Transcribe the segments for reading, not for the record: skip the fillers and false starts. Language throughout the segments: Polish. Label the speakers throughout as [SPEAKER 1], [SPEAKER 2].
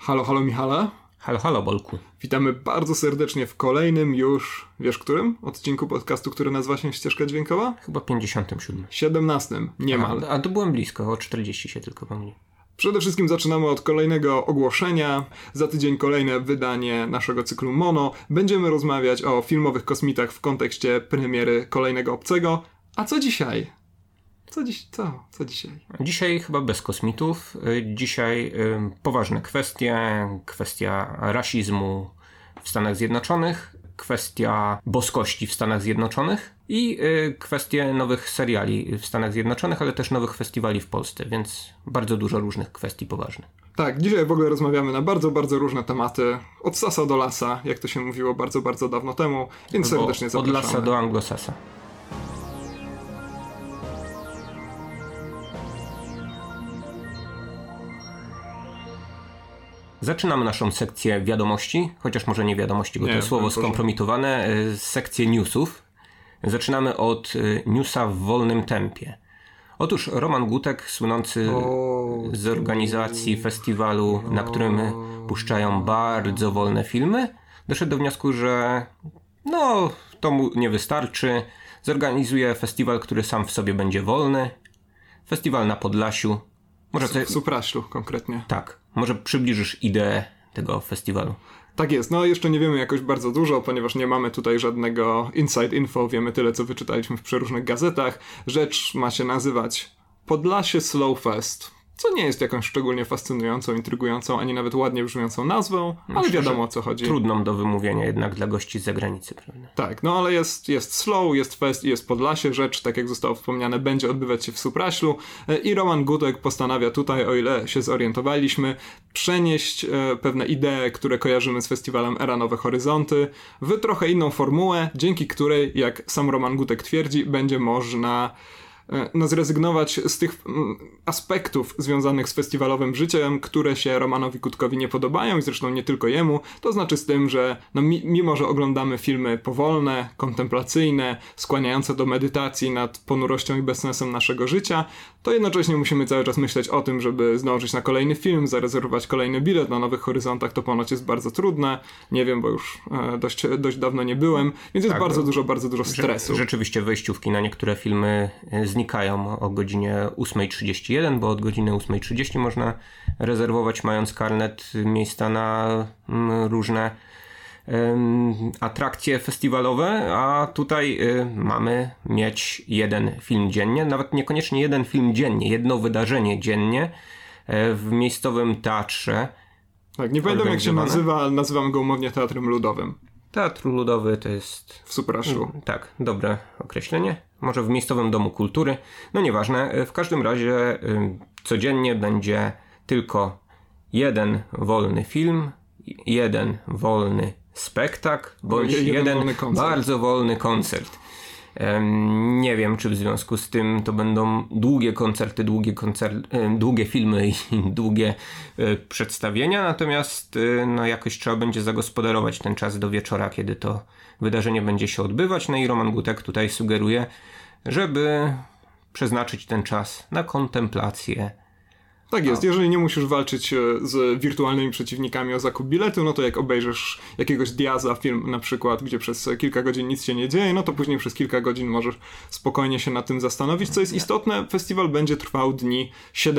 [SPEAKER 1] Halo, halo Michale.
[SPEAKER 2] Halo, halo Bolku.
[SPEAKER 1] Witamy bardzo serdecznie w kolejnym już, wiesz którym? Odcinku podcastu, który nazywa się Ścieżka Dźwiękowa?
[SPEAKER 2] Chyba 57.
[SPEAKER 1] 17, niemal.
[SPEAKER 2] A to byłem blisko, o 40 się tylko pomyliłem.
[SPEAKER 1] Przede wszystkim zaczynamy od kolejnego ogłoszenia. Za tydzień kolejne wydanie naszego cyklu Mono. Będziemy rozmawiać o filmowych kosmitach w kontekście premiery kolejnego Obcego. A co dzisiaj? Co dzisiaj?
[SPEAKER 2] Dzisiaj chyba bez kosmitów. Dzisiaj poważne kwestie. Kwestia rasizmu w Stanach Zjednoczonych. Kwestia boskości w Stanach Zjednoczonych. I kwestie nowych seriali w Stanach Zjednoczonych, ale też nowych festiwali w Polsce. Więc bardzo dużo różnych kwestii poważnych.
[SPEAKER 1] Tak, dzisiaj w ogóle rozmawiamy na bardzo, bardzo różne tematy. Od sasa do lasa, jak to się mówiło bardzo, bardzo dawno temu. Więc serdecznie zapraszamy.
[SPEAKER 2] Od lasa do anglosasa. Zaczynamy naszą sekcję wiadomości, chociaż może nie wiadomości, bo to słowo skompromitowane, sekcję newsów. Zaczynamy od newsa w wolnym tempie. Otóż Roman Gutek, słynący z organizacji festiwalu, na którym puszczają bardzo wolne filmy, doszedł do wniosku, że to mu nie wystarczy. Zorganizuje festiwal, który sam w sobie będzie wolny. Festiwal na Podlasiu.
[SPEAKER 1] W Supraślu konkretnie.
[SPEAKER 2] Tak. Może przybliżysz ideę tego festiwalu?
[SPEAKER 1] Tak jest. Jeszcze nie wiemy jakoś bardzo dużo, ponieważ nie mamy tutaj żadnego inside info. Wiemy tyle, co wyczytaliśmy w przeróżnych gazetach. Rzecz ma się nazywać Podlasie Slow Fest. Co nie jest jakąś szczególnie fascynującą, intrygującą, ani nawet ładnie brzmiącą nazwą, ale wiadomo o co chodzi.
[SPEAKER 2] Trudną do wymówienia jednak dla gości z zagranicy, prawda?
[SPEAKER 1] Tak, ale jest slow, jest fest i jest Podlasie. Rzecz, tak jak zostało wspomniane, będzie odbywać się w Supraślu i Roman Gutek postanawia tutaj, o ile się zorientowaliśmy, przenieść pewne idee, które kojarzymy z festiwalem Era Nowe Horyzonty, w trochę inną formułę, dzięki której, jak sam Roman Gutek twierdzi, będzie można zrezygnować z tych aspektów związanych z festiwalowym życiem, które się Romanowi Gutkowi nie podobają i zresztą nie tylko jemu, to znaczy z tym, że mimo, że oglądamy filmy powolne, kontemplacyjne, skłaniające do medytacji nad ponurością i bezsensem naszego życia, to jednocześnie musimy cały czas myśleć o tym, żeby zdążyć na kolejny film, zarezerwować kolejny bilet na Nowych Horyzontach, to ponoć jest bardzo trudne, nie wiem, bo już dość dawno nie byłem, więc jest bardzo dużo stresu.
[SPEAKER 2] Rzeczywiście wejściówki na niektóre filmy znikają o godzinie 8:31, bo od godziny 8:30 można rezerwować, mając karnet, miejsca na różne atrakcje festiwalowe, a tutaj mamy mieć jeden film dziennie, nawet niekoniecznie jeden film dziennie, jedno wydarzenie dziennie w miejscowym teatrze.
[SPEAKER 1] Tak, nie pamiętam jak się nazywa, ale nazywam go umownie Teatrem Ludowym.
[SPEAKER 2] Teatr Ludowy to jest...
[SPEAKER 1] W Supraszlu.
[SPEAKER 2] Tak, dobre określenie. Może w miejscowym domu kultury. Nieważne. W każdym razie codziennie będzie tylko jeden wolny film, jeden wolny spektakl, bądź jeden bardzo wolny koncert. Nie wiem, czy w związku z tym to będą długie koncerty, długie filmy i długie przedstawienia, natomiast jakoś trzeba będzie zagospodarować ten czas do wieczora, kiedy to wydarzenie będzie się odbywać. I Roman Gutek tutaj sugeruje, żeby przeznaczyć ten czas na kontemplację.
[SPEAKER 1] Tak jest, jeżeli nie musisz walczyć z wirtualnymi przeciwnikami o zakup biletu, to jak obejrzysz jakiegoś Diaza film na przykład, gdzie przez kilka godzin nic się nie dzieje, to później przez kilka godzin możesz spokojnie się nad tym zastanowić. Co jest istotne, festiwal będzie trwał dni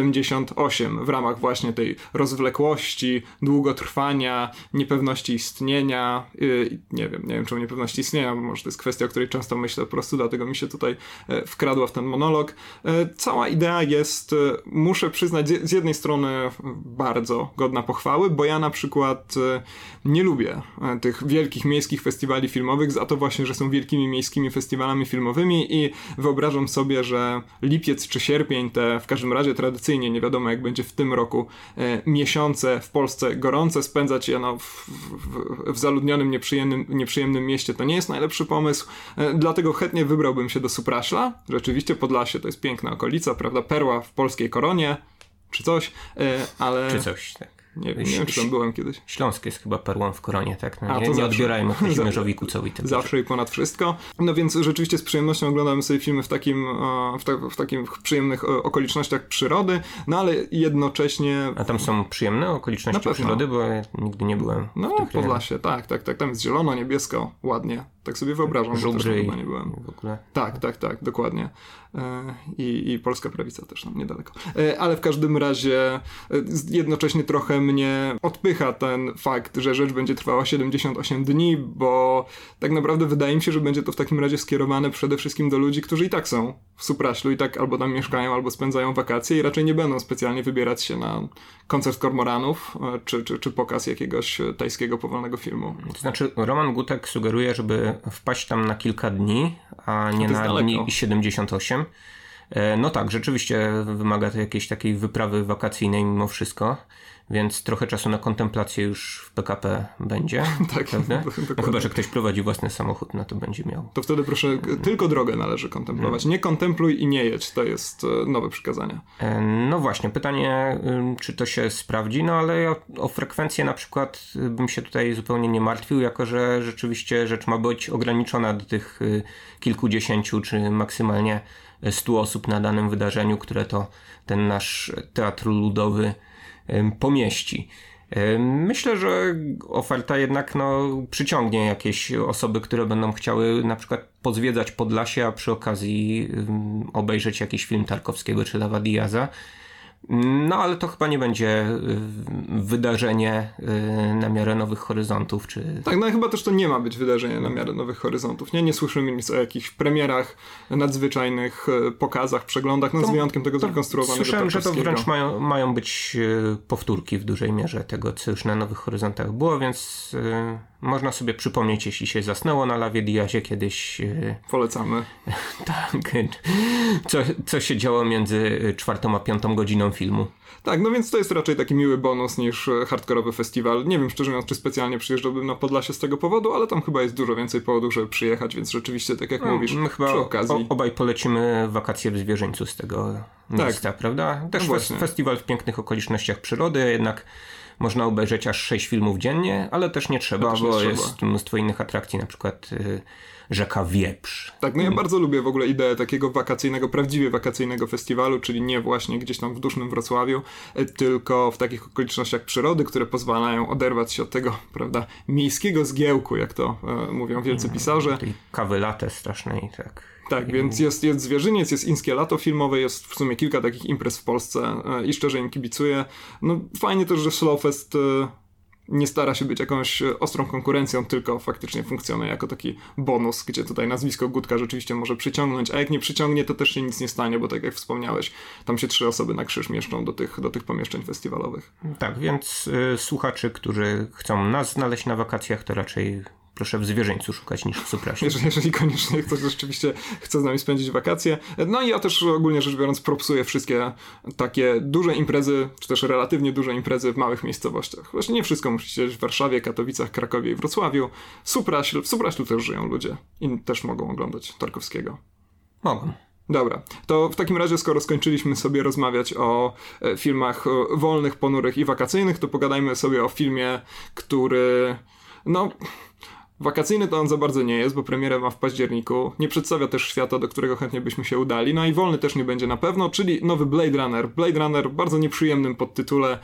[SPEAKER 1] 78 w ramach właśnie tej rozwlekłości, długotrwania, niepewności istnienia. Nie wiem czemu niepewności istnienia, bo może to jest kwestia, o której często myślę po prostu, dlatego mi się tutaj wkradła w ten monolog. Cała idea jest, muszę przyznać, z jednej strony bardzo godna pochwały, bo ja na przykład nie lubię tych wielkich miejskich festiwali filmowych za to właśnie, że są wielkimi miejskimi festiwalami filmowymi i wyobrażam sobie, że lipiec czy sierpień, te w każdym razie tradycyjnie, nie wiadomo jak będzie w tym roku, miesiące w Polsce gorące, spędzać je w zaludnionym, nieprzyjemnym mieście, to nie jest najlepszy pomysł, dlatego chętnie wybrałbym się do Supraśla. Rzeczywiście Podlasie to jest piękna okolica, prawda, perła w polskiej koronie, czy coś, ale...
[SPEAKER 2] Czy coś, tak.
[SPEAKER 1] Nie wiem, czy tam byłem kiedyś.
[SPEAKER 2] Śląsk jest chyba perłą w koronie, tak? No, nie odbierajmy Kazimierzowi Kucowi tego.
[SPEAKER 1] Zawsze i ponad wszystko. No więc rzeczywiście z przyjemnością oglądamy sobie filmy w takich przyjemnych okolicznościach przyrody, no ale jednocześnie...
[SPEAKER 2] A tam są przyjemne okoliczności przyrody, bo ja nigdy nie byłem
[SPEAKER 1] w tych Podlasie, tak. Tam jest zielono, niebiesko, ładnie. Tak sobie wyobrażam, że też chyba nie byłem.
[SPEAKER 2] W ogóle.
[SPEAKER 1] Tak, dokładnie. I polska prawica też tam niedaleko. Ale w każdym razie jednocześnie trochę mnie odpycha ten fakt, że rzecz będzie trwała 78 dni, bo tak naprawdę wydaje mi się, że będzie to w takim razie skierowane przede wszystkim do ludzi, którzy i tak są w Supraślu, i tak albo tam mieszkają, albo spędzają wakacje i raczej nie będą specjalnie wybierać się na koncert kormoranów, czy pokaz jakiegoś tajskiego powolnego filmu.
[SPEAKER 2] To znaczy Roman Gutek sugeruje, żeby wpaść tam na kilka dni, a nie na dni 78. No tak, rzeczywiście wymaga to jakiejś takiej wyprawy wakacyjnej mimo wszystko, więc trochę czasu na kontemplację już w PKP będzie.
[SPEAKER 1] Tak,
[SPEAKER 2] no, chyba że ktoś prowadzi własny samochód, no to będzie miał.
[SPEAKER 1] To wtedy proszę, tylko drogę należy kontemplować. Nie kontempluj i nie jedź, to jest nowe przykazanie.
[SPEAKER 2] No właśnie, pytanie, czy to się sprawdzi, no ale ja o frekwencję na przykład bym się tutaj zupełnie nie martwił, jako że rzeczywiście rzecz ma być ograniczona do tych kilkudziesięciu, czy maksymalnie 100 osób na danym wydarzeniu, które to ten nasz teatr ludowy pomieści. Myślę, że oferta jednak przyciągnie jakieś osoby, które będą chciały na przykład pozwiedzać Podlasie, a przy okazji obejrzeć jakiś film Tarkowskiego czy Lava Diaza. No ale to chyba nie będzie wydarzenie na miarę Nowych Horyzontów.
[SPEAKER 1] Tak, no chyba też to nie ma być wydarzenie na miarę Nowych Horyzontów. Nie słyszymy nic o jakichś premierach, nadzwyczajnych pokazach, przeglądach, z wyjątkiem tego zrekonstruowanego
[SPEAKER 2] Słyszałem, że to wręcz mają być powtórki w dużej mierze tego, co już na Nowych Horyzontach było, więc można sobie przypomnieć, jeśli się zasnęło na Lawie Diazie kiedyś.
[SPEAKER 1] Polecamy.
[SPEAKER 2] Tak. Co się działo między 4. a 5. godziną filmu.
[SPEAKER 1] Tak, no więc to jest raczej taki miły bonus niż hardkorowy festiwal. Nie wiem szczerze mówiąc, czy specjalnie przyjeżdżałbym na Podlasie z tego powodu, ale tam chyba jest dużo więcej powodów, żeby przyjechać, więc rzeczywiście, tak jak mówisz,
[SPEAKER 2] my chyba
[SPEAKER 1] przy okazji.
[SPEAKER 2] Obaj polecimy wakacje w Zwierzyńcu z tego miejsca, prawda? Też festiwal w pięknych okolicznościach przyrody, jednak można obejrzeć aż 6 filmów dziennie, ale też nie trzeba, bo jest mnóstwo innych atrakcji, na przykład rzeka Wieprz.
[SPEAKER 1] Tak, no ja bardzo lubię w ogóle ideę takiego wakacyjnego, prawdziwie wakacyjnego festiwalu, czyli nie właśnie gdzieś tam w dusznym Wrocławiu, tylko w takich okolicznościach przyrody, które pozwalają oderwać się od tego, prawda, miejskiego zgiełku, jak to mówią wielcy pisarze.
[SPEAKER 2] Tej kawy latte strasznej, tak.
[SPEAKER 1] Tak, więc jest Zwierzyniec, jest Inskie Lato filmowe, jest w sumie kilka takich imprez w Polsce i szczerze im kibicuję. No fajnie też, że Slowfest nie stara się być jakąś ostrą konkurencją, tylko faktycznie funkcjonuje jako taki bonus, gdzie tutaj nazwisko Gutka rzeczywiście może przyciągnąć, a jak nie przyciągnie, to też się nic nie stanie, bo tak jak wspomniałeś, tam się 3 osoby na krzyż mieszczą do tych pomieszczeń festiwalowych.
[SPEAKER 2] Tak, więc słuchaczy, którzy chcą nas znaleźć na wakacjach, to raczej proszę w Zwierzyńcu szukać niż w Supraślu.
[SPEAKER 1] Jeżeli koniecznie ktoś rzeczywiście chce z nami spędzić wakacje. No i ja też ogólnie rzecz biorąc propsuję wszystkie takie duże imprezy, czy też relatywnie duże imprezy w małych miejscowościach. Właśnie nie wszystko musi się w Warszawie, Katowicach, Krakowie i Wrocławiu. W Supraślu też żyją ludzie i też mogą oglądać Tarkowskiego.
[SPEAKER 2] Mogą.
[SPEAKER 1] Dobra, to w takim razie, skoro skończyliśmy sobie rozmawiać o filmach wolnych, ponurych i wakacyjnych, to pogadajmy sobie o filmie, który wakacyjny to on za bardzo nie jest, bo premierę ma w październiku. Nie przedstawia też świata, do którego chętnie byśmy się udali. No i wolny też nie będzie na pewno, czyli nowy Blade Runner. Blade Runner w bardzo nieprzyjemnym podtytule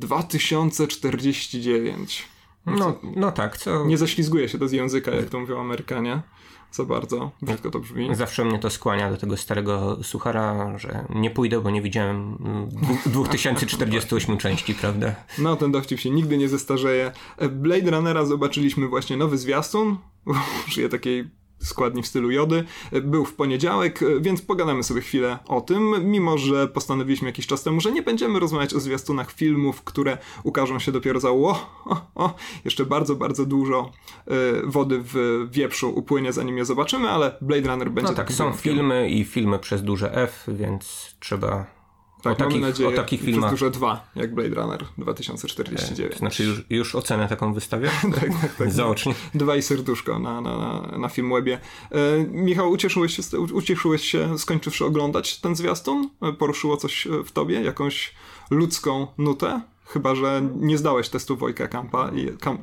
[SPEAKER 1] 2049.
[SPEAKER 2] No tak, co...
[SPEAKER 1] Nie ześlizguje się to z języka, jak to mówią Amerykanie. Za bardzo. Brzydko to brzmi.
[SPEAKER 2] Zawsze mnie to skłania do tego starego suchara, że nie pójdę, bo nie widziałem 2048 części, prawda?
[SPEAKER 1] No, ten dowcip się nigdy nie zestarzeje. Blade Runnera zobaczyliśmy właśnie nowy zwiastun. Użyję takiej składni w stylu Jody. Był w poniedziałek, więc pogadamy sobie chwilę o tym, mimo że postanowiliśmy jakiś czas temu, że nie będziemy rozmawiać o zwiastunach filmów, które ukażą się dopiero za jeszcze bardzo, bardzo dużo wody w wieprzu upłynie, zanim je zobaczymy, ale Blade Runner będzie...
[SPEAKER 2] No tak, są filmy i filmy przez duże F, więc trzeba...
[SPEAKER 1] Tak, mamy nadzieję,
[SPEAKER 2] o takich filmach.
[SPEAKER 1] Przez duże 2, jak Blade Runner 2049.
[SPEAKER 2] Znaczy już ocenę taką wystawię?
[SPEAKER 1] tak.
[SPEAKER 2] Zaocznie.
[SPEAKER 1] 2 i serduszko na Filmwebie. Michał, ucieszyłeś się skończywszy oglądać ten zwiastun? Poruszyło coś w tobie? Jakąś ludzką nutę? chyba że nie zdałeś testu Wojtka Kampa.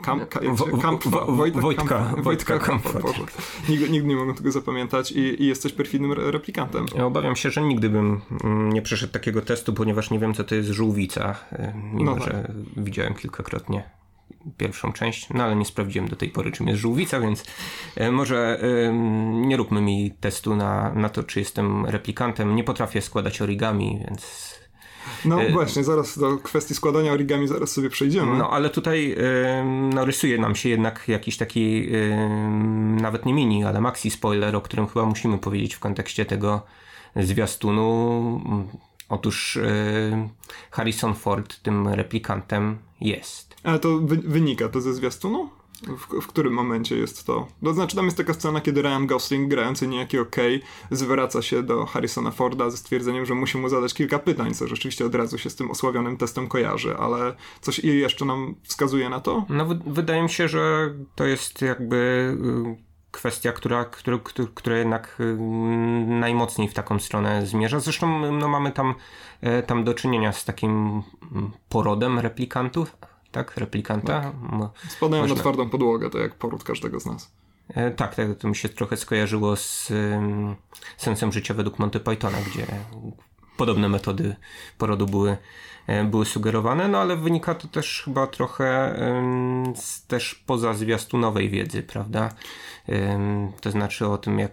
[SPEAKER 1] Wojtka Kampa. Boże. Nigdy nie mogę tego zapamiętać i jesteś perfidnym replikantem.
[SPEAKER 2] Ja obawiam się, że nigdy bym nie przeszedł takiego testu, ponieważ nie wiem, co to jest żółwica, mimo że widziałem kilkakrotnie pierwszą część, no ale nie sprawdziłem do tej pory, czym jest żółwica, więc może nie róbmy mi testu na to, czy jestem replikantem. Nie potrafię składać origami, więc...
[SPEAKER 1] No właśnie, zaraz do kwestii składania origami zaraz sobie przejdziemy.
[SPEAKER 2] No ale tutaj rysuje nam się jednak jakiś taki nawet nie mini, ale maxi spoiler, o którym chyba musimy powiedzieć w kontekście tego zwiastunu. Otóż Harrison Ford tym replikantem jest.
[SPEAKER 1] Ale to wynika to ze zwiastunu? W którym momencie jest to? To znaczy tam jest taka scena, kiedy Ryan Gosling, grający niejaki Kay, zwraca się do Harrisona Forda ze stwierdzeniem, że musi mu zadać kilka pytań, co rzeczywiście od razu się z tym osławionym testem kojarzy, ale coś jeszcze nam wskazuje na to?
[SPEAKER 2] No wydaje mi się, że to jest jakby kwestia, która jednak najmocniej w taką stronę zmierza. Zresztą no, mamy tam do czynienia z takim porodem replikantów. Tak, replikanta.
[SPEAKER 1] Tak. Spadają na twardą podłogę, to jak poród każdego z nas.
[SPEAKER 2] Tak, to mi się trochę skojarzyło z Sensem życia według Monty Pythona, gdzie podobne metody porodu były sugerowane, no ale wynika to też chyba trochę też poza zwiastunowej wiedzy, prawda? To znaczy o tym,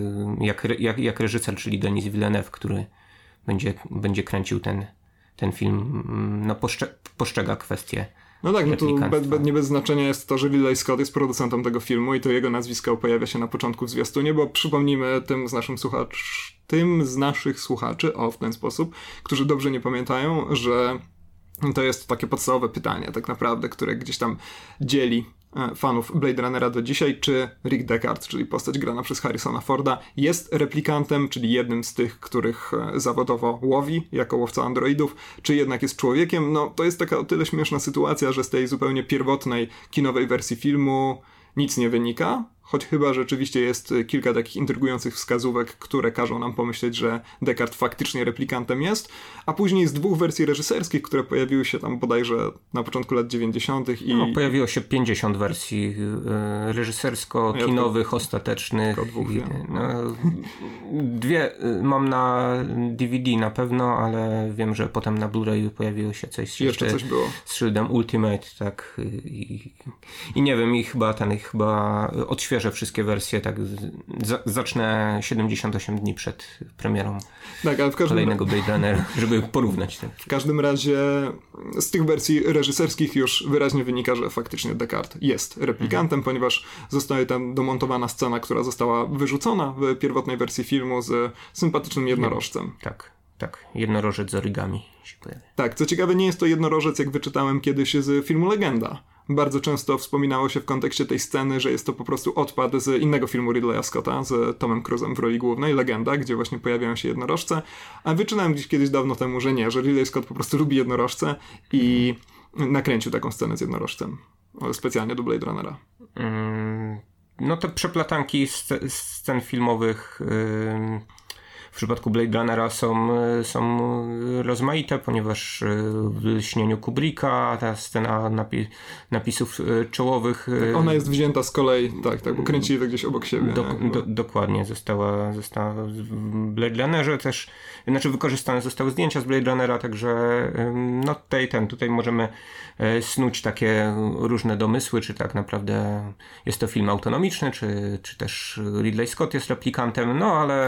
[SPEAKER 2] jak reżyser, czyli Denis Villeneuve, który będzie kręcił ten film, no postrzega kwestię.
[SPEAKER 1] No tak, no tu nie bez znaczenia jest to, że Ridley Scott jest producentem tego filmu i to jego nazwisko pojawia się na początku w zwiastunie, bo przypomnijmy tym z naszych słuchaczy, w ten sposób, którzy dobrze nie pamiętają, że to jest takie podstawowe pytanie tak naprawdę, które gdzieś tam dzieli fanów Blade Runnera do dzisiaj, czy Rick Deckard, czyli postać grana przez Harrisona Forda, jest replikantem, czyli jednym z tych, których zawodowo łowi jako łowca androidów, czy jednak jest człowiekiem. No to jest taka o tyle śmieszna sytuacja, że z tej zupełnie pierwotnej kinowej wersji filmu nic nie wynika, choć chyba rzeczywiście jest kilka takich intrygujących wskazówek, które każą nam pomyśleć, że Deckard faktycznie replikantem jest, a później z 2 wersji reżyserskich, które pojawiły się tam bodajże na początku lat 90.
[SPEAKER 2] No, pojawiło się 50 wersji reżysersko-kinowych, ostatecznych. No, 2 mam na DVD na pewno, ale wiem, że potem na Blu-rayu pojawiło się
[SPEAKER 1] jeszcze coś było
[SPEAKER 2] z szyldem Ultimate, tak. I nie wiem, chyba odświeżę wszystkie wersje, tak zacznę 78 dni przed premierą kolejnego Blade Runnera, żeby porównać. Tak.
[SPEAKER 1] W każdym razie z tych wersji reżyserskich już wyraźnie wynika, że faktycznie Deckard jest replikantem, ponieważ zostaje tam domontowana scena, która została wyrzucona w pierwotnej wersji filmu z sympatycznym jednorożcem.
[SPEAKER 2] Tak, jednorożec z origami się pojawia.
[SPEAKER 1] Tak, co ciekawe, nie jest to jednorożec, jak wyczytałem kiedyś z filmu Legenda. Bardzo często wspominało się w kontekście tej sceny, że jest to po prostu odpad z innego filmu Ridleya Scotta z Tomem Cruise'em w roli głównej, Legenda, gdzie właśnie pojawiają się jednorożce, a wyczytałem gdzieś kiedyś dawno temu, że nie, że Ridley Scott po prostu lubi jednorożce i nakręcił taką scenę z jednorożcem specjalnie do Blade Runnera.
[SPEAKER 2] No te przeplatanki scen filmowych w przypadku Blade Runnera są rozmaite, ponieważ w Śnieniu Kubricka ta scena napisów czołowych...
[SPEAKER 1] Ona jest wzięta z kolei, tak, bo kręcili to gdzieś obok siebie.
[SPEAKER 2] Dokładnie, została w Blade Runnerze też, znaczy wykorzystane zostały zdjęcia z Blade Runnera, także no tutaj możemy snuć takie różne domysły, czy tak naprawdę jest to film autonomiczny, czy też Ridley Scott jest replikantem, no ale...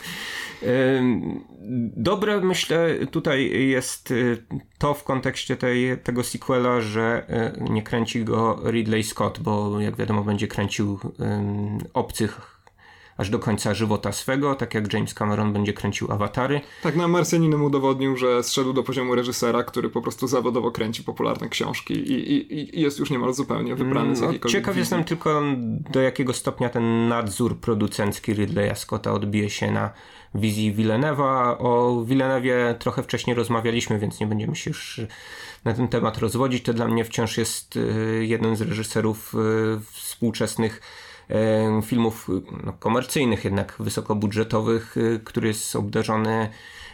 [SPEAKER 2] Dobre, myślę, tutaj jest to w kontekście tego sequela, że nie kręci go Ridley Scott, bo jak wiadomo będzie kręcił Obcych aż do końca żywota swego, tak jak James Cameron będzie kręcił Awatary.
[SPEAKER 1] Tak, no Marsjaninem udowodnił, że zszedł do poziomu reżysera, który po prostu zawodowo kręci popularne książki i jest już niemal zupełnie wybrany z jakiejkolwiek
[SPEAKER 2] Ciekaw
[SPEAKER 1] wizji.
[SPEAKER 2] jestem tylko, do jakiego stopnia ten nadzór producencki Ridleya Scotta odbije się na wizji Villeneuve'a. O Villeneuve'ie trochę wcześniej rozmawialiśmy, więc nie będziemy się już na ten temat rozwodzić. To dla mnie wciąż jest jeden z reżyserów współczesnych filmów komercyjnych, jednak wysokobudżetowych, który jest obdarzony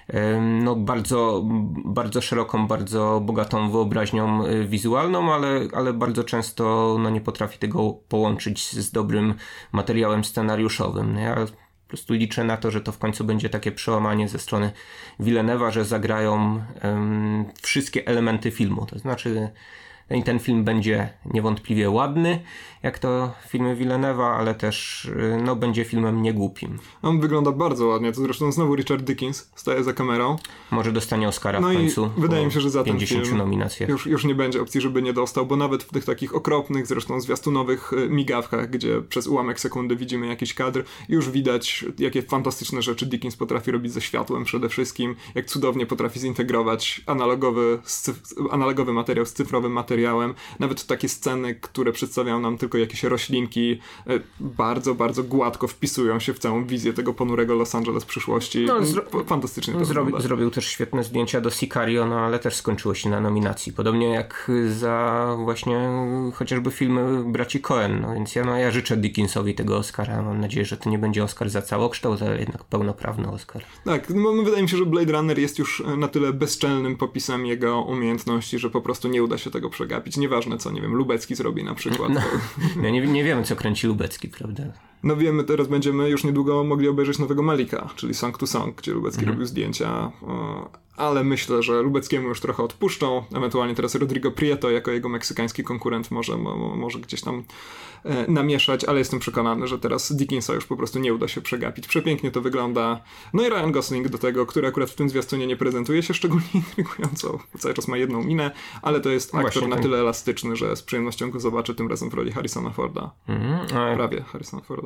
[SPEAKER 2] no bardzo, bardzo szeroką, bardzo bogatą wyobraźnią wizualną, ale bardzo często no nie potrafi tego połączyć z dobrym materiałem scenariuszowym. Ja po prostu liczę na to, że to w końcu będzie takie przełamanie ze strony Villeneuve'a, że zagrają wszystkie elementy filmu. To znaczy ten film będzie niewątpliwie ładny, jak to filmy Villeneuve'a, ale też no, będzie filmem niegłupim.
[SPEAKER 1] On wygląda bardzo ładnie, to zresztą znowu Richard Dickens staje za kamerą.
[SPEAKER 2] Może dostanie Oscara
[SPEAKER 1] no
[SPEAKER 2] w końcu.
[SPEAKER 1] I wydaje mi się, że za ten
[SPEAKER 2] 50
[SPEAKER 1] film
[SPEAKER 2] nominacjach.
[SPEAKER 1] Już nie będzie opcji, żeby nie dostał, bo nawet w tych takich okropnych, zresztą zwiastunowych migawkach, gdzie przez ułamek sekundy widzimy jakiś kadr, już widać, jakie fantastyczne rzeczy Dickens potrafi robić ze światłem przede wszystkim, jak cudownie potrafi zintegrować analogowy materiał z cyfrowym materiałem. Nawet takie sceny, które przedstawiają nam tylko jakieś roślinki, bardzo, bardzo gładko wpisują się w całą wizję tego ponurego Los Angeles przyszłości. No, fantastycznie to wygląda.
[SPEAKER 2] Zrobił też świetne zdjęcia do Sicario, no ale też skończyło się na nominacji. Podobnie jak za właśnie chociażby filmy braci Coen. No więc ja życzę Dickensowi tego Oscara. Mam nadzieję, że to nie będzie Oscar za całokształt, ale jednak pełnoprawny Oscar.
[SPEAKER 1] Tak, no, wydaje mi się, że Blade Runner jest już na tyle bezczelnym popisem jego umiejętności, że po prostu nie uda się tego przegapić. Nieważne co, nie wiem, Lubecki zrobi na przykład.
[SPEAKER 2] No, nie wiemy, co kręci Lubecki, prawda?
[SPEAKER 1] No wiemy, teraz będziemy już niedługo mogli obejrzeć nowego Malika, czyli Song to Song, gdzie Lubecki robił zdjęcia, ale myślę, że Lubeckiemu już trochę odpuszczą, ewentualnie teraz Rodrigo Prieto jako jego meksykański konkurent może gdzieś tam namieszać, ale jestem przekonany, że teraz Dickensa już po prostu nie uda się przegapić. Przepięknie to wygląda. No i Ryan Gosling do tego, który akurat w tym zwiastunie nie prezentuje się szczególnie intrygująco, cały czas ma jedną minę, ale to jest aktor na tyle elastyczny, że z przyjemnością go zobaczę tym razem w roli Harrisona Forda. Prawie Harrisona Forda.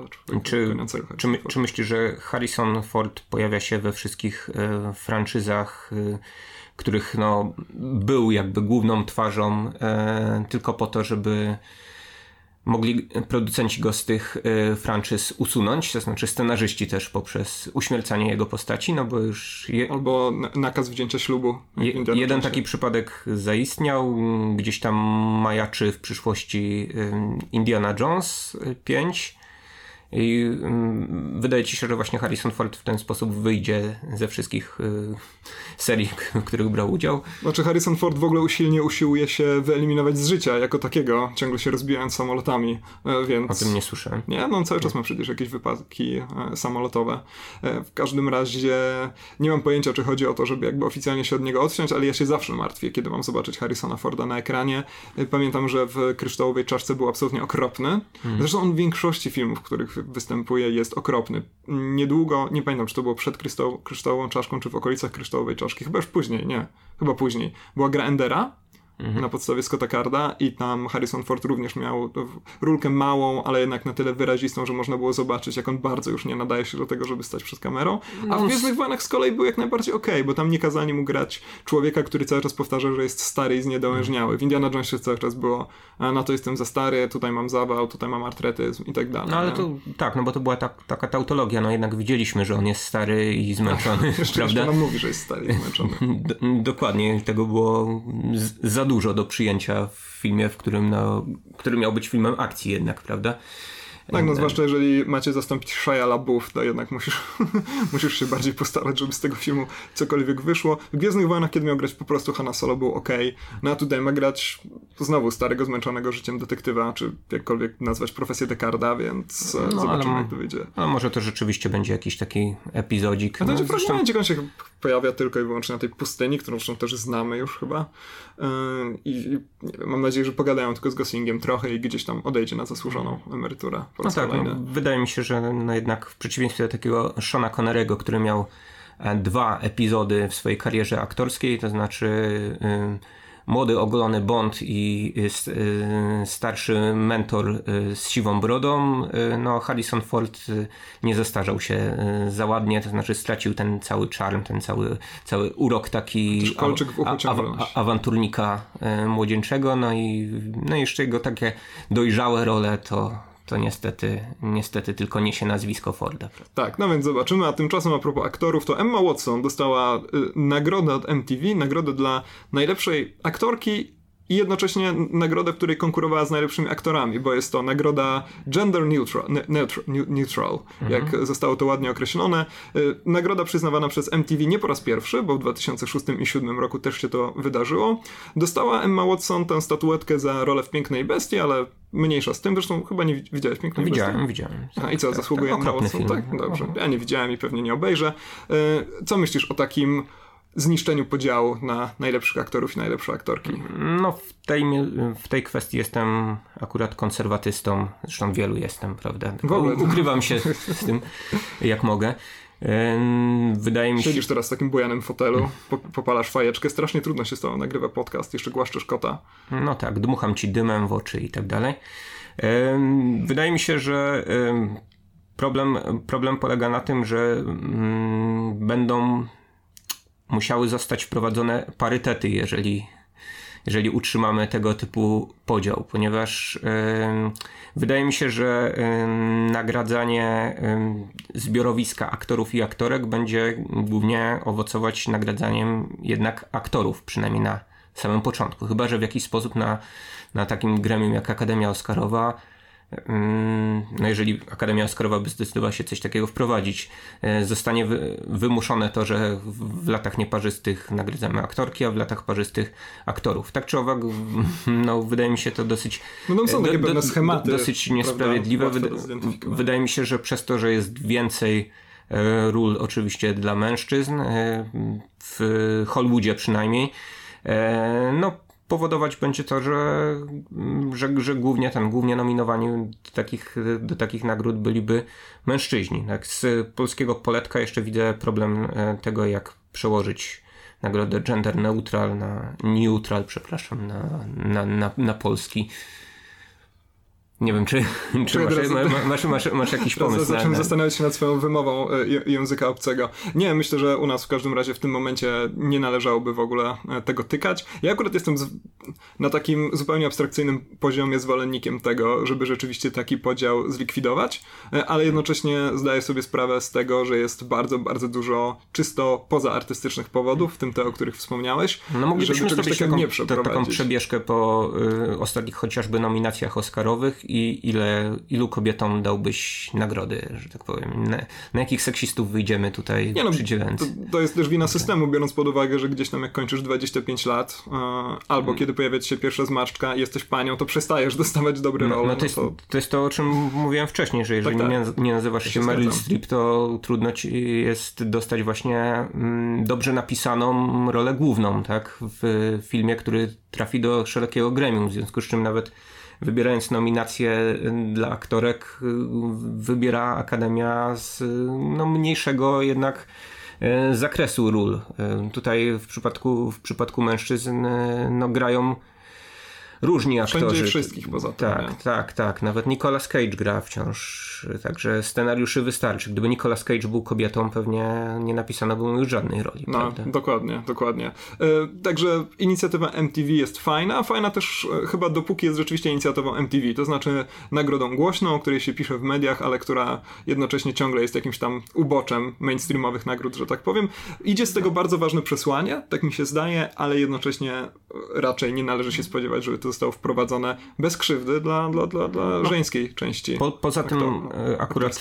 [SPEAKER 2] Czy myślisz, że Harrison Ford pojawia się we wszystkich franczyzach, których no, był jakby główną twarzą tylko po to, żeby mogli producenci go z tych franczyz usunąć, to znaczy scenarzyści też poprzez uśmiercanie jego postaci, no bo już...
[SPEAKER 1] Albo nakaz wzięcia ślubu.
[SPEAKER 2] Jeden taki przypadek zaistniał, gdzieś tam majaczy w przyszłości Indiana Jones 5 i wydaje ci się, że właśnie Harrison Ford w ten sposób wyjdzie ze wszystkich serii, w których brał udział.
[SPEAKER 1] Znaczy Harrison Ford w ogóle usiłuje się wyeliminować z życia jako takiego, ciągle się rozbijając samolotami, więc...
[SPEAKER 2] O tym nie słyszałem.
[SPEAKER 1] Nie, no on cały czas ma przecież jakieś wypadki samolotowe. W każdym razie nie mam pojęcia, czy chodzi o to, żeby jakby oficjalnie się od niego odciąć, ale ja się zawsze martwię, kiedy mam zobaczyć Harrisona Forda na ekranie. Pamiętam, że w Kryształowej Czaszce był absolutnie okropny. Zresztą on w większości filmów, w których występuje, jest okropny. Niedługo, nie pamiętam, czy to było przed Kryształową Czaszką, czy w okolicach Kryształowej Czaszki. Chyba już później, nie. Chyba później. Była gra Endera na podstawie Scotta Carda i tam Harrison Ford również miał rulkę małą, ale jednak na tyle wyrazistą, że można było zobaczyć, jak on bardzo już nie nadaje się do tego, żeby stać przed kamerą. A w Gwiezdnych Wojnach z kolei był jak najbardziej okej, bo tam nie kazali mu grać człowieka, który cały czas powtarza, że jest stary i zniedołężniały. W Indiana Jonesie cały czas było, no to jestem za stary, tutaj mam zawał, tutaj mam artretyzm i tak dalej.
[SPEAKER 2] No ale to tak, no bo to była taka tautologia, no jednak widzieliśmy, że on jest stary i zmęczony, prawda?
[SPEAKER 1] Jeszcze mówi, że jest stary i zmęczony.
[SPEAKER 2] Dokładnie, tego było za dużo do przyjęcia w filmie, który miał być filmem akcji jednak, prawda?
[SPEAKER 1] Tak, no zwłaszcza jeżeli macie zastąpić Shia LaBeouf, to jednak musisz się bardziej postarać, żeby z tego filmu cokolwiek wyszło. W Gwiezdnych Wojnach, kiedy miał grać po prostu Hanna Solo, był okej. No a tutaj ma grać znowu starego, zmęczonego życiem detektywa, czy jakkolwiek nazwać profesję Decarda, więc zobaczymy, jak to wyjdzie.
[SPEAKER 2] No może to rzeczywiście będzie jakiś taki epizodzik.
[SPEAKER 1] A to będzie fragment, gdzie on się pojawia tylko i wyłącznie na tej pustyni, którą zresztą też znamy już chyba. I nie wiem, mam nadzieję, że pogadają tylko z Goslingiem trochę i gdzieś tam odejdzie na zasłużoną emeryturę.
[SPEAKER 2] No tak, wydaje mi się, że no jednak w przeciwieństwie do takiego Seana Connery'ego, który miał 2 epizody w swojej karierze aktorskiej, to znaczy młody ogolony Bond i starszy mentor z siwą brodą, no Harrison Ford nie zestarzał się za ładnie, to znaczy stracił ten cały czarm, ten cały urok taki awanturnika młodzieńczego, no i jeszcze jego takie dojrzałe role to niestety tylko niesie nazwisko Forda.
[SPEAKER 1] Tak, no więc zobaczymy, a tymczasem a propos aktorów, to Emma Watson dostała nagrodę od MTV, nagrodę dla najlepszej aktorki i jednocześnie nagrodę, w której konkurowała z najlepszymi aktorami, bo jest to nagroda gender neutral, jak zostało to ładnie określone. Nagroda przyznawana przez MTV nie po raz pierwszy, bo w 2006 i 2007 roku też się to wydarzyło. Dostała Emma Watson tę statuetkę za rolę w Pięknej Bestii, ale mniejsza z tym. Zresztą chyba nie widziałeś Pięknej Bestii?
[SPEAKER 2] Widziałem.
[SPEAKER 1] A i co, zasługuje Emma Watson?
[SPEAKER 2] Film.
[SPEAKER 1] Tak, dobrze. Ja nie widziałem i pewnie nie obejrzę. Co myślisz o takim zniszczeniu podziału na najlepszych aktorów i najlepsze aktorki?
[SPEAKER 2] No w tej kwestii jestem akurat konserwatystą, zresztą wielu jestem, prawda? Ukrywam się z tym jak mogę. Wydaje mi się...
[SPEAKER 1] Siedzisz teraz w takim bujanym fotelu, popalasz fajeczkę, strasznie trudno się z tobą nagrywa podcast, jeszcze głaszczesz kota.
[SPEAKER 2] No tak, dmucham ci dymem w oczy i tak dalej. Wydaje mi się, że problem polega na tym, że będą musiały zostać wprowadzone parytety, jeżeli utrzymamy tego typu podział, ponieważ wydaje mi się, że nagradzanie zbiorowiska aktorów i aktorek będzie głównie owocować nagradzaniem jednak aktorów, przynajmniej na samym początku. Chyba że w jakiś sposób na takim gremium jak Akademia Oscarowa, no jeżeli Akademia Oscarowa by zdecydowała się coś takiego wprowadzić, zostanie wymuszone to, że w latach nieparzystych nagradzamy aktorki, a w latach parzystych aktorów. Tak czy owak, no wydaje mi się to dosyć
[SPEAKER 1] są takie pewne schematy,
[SPEAKER 2] dosyć niesprawiedliwe. Wydaje mi się, że przez to, że jest więcej ról oczywiście dla mężczyzn, w Hollywoodzie przynajmniej, no powodować będzie to, że głównie nominowani do takich nagród byliby mężczyźni. Tak, z polskiego poletka jeszcze widzę problem tego, jak przełożyć nagrodę gender neutral, na polski. Nie wiem, czy masz jakiś pomysł.
[SPEAKER 1] Zacznę zastanawiać się nad swoją wymową języka obcego. Nie, myślę, że u nas w każdym razie w tym momencie nie należałoby w ogóle tego tykać. Ja akurat jestem na takim zupełnie abstrakcyjnym poziomie zwolennikiem tego, żeby rzeczywiście taki podział zlikwidować, ale jednocześnie zdaję sobie sprawę z tego, że jest bardzo, bardzo dużo czysto pozaartystycznych powodów, w tym te, o których wspomniałeś,
[SPEAKER 2] no moglibyśmy
[SPEAKER 1] żeby czegoś takiego nie przeprowadzić.
[SPEAKER 2] Taką przebieżkę po ostatnich chociażby nominacjach oscarowych i ilu kobietom dałbyś nagrody, że tak powiem? Na jakich seksistów wyjdziemy tutaj przydzielając?
[SPEAKER 1] To jest też wina systemu, biorąc pod uwagę, że gdzieś tam jak kończysz 25 lat, albo kiedy pojawia ci się pierwsza zmarszczka i jesteś panią, to przestajesz dostawać dobre role.
[SPEAKER 2] To jest to, o czym mówiłem wcześniej, że jeżeli nie nazywasz się Meryl Streep, to trudno ci jest dostać właśnie dobrze napisaną rolę główną, tak? W filmie, który trafi do szerokiego gremium, w związku z czym nawet wybierając nominacje dla aktorek, wybiera Akademia z mniejszego jednak zakresu ról. Tutaj w przypadku mężczyzn grają różni aktorzy.
[SPEAKER 1] Wszędzie wszystkich poza tym.
[SPEAKER 2] Tak. Nawet Nicolas Cage gra wciąż. Także scenariuszy wystarczy. Gdyby Nicolas Cage był kobietą, pewnie nie napisano by mu już żadnej roli.
[SPEAKER 1] No, prawda? Dokładnie. Także inicjatywa MTV jest fajna. Fajna też chyba dopóki jest rzeczywiście inicjatywą MTV. To znaczy nagrodą głośną, o której się pisze w mediach, ale która jednocześnie ciągle jest jakimś tam uboczem mainstreamowych nagród, że tak powiem. Idzie z tego bardzo ważne przesłanie, tak mi się zdaje, ale jednocześnie raczej nie należy się spodziewać, żeby to zostało wprowadzone bez krzywdy dla żeńskiej części.
[SPEAKER 2] Poza tym akurat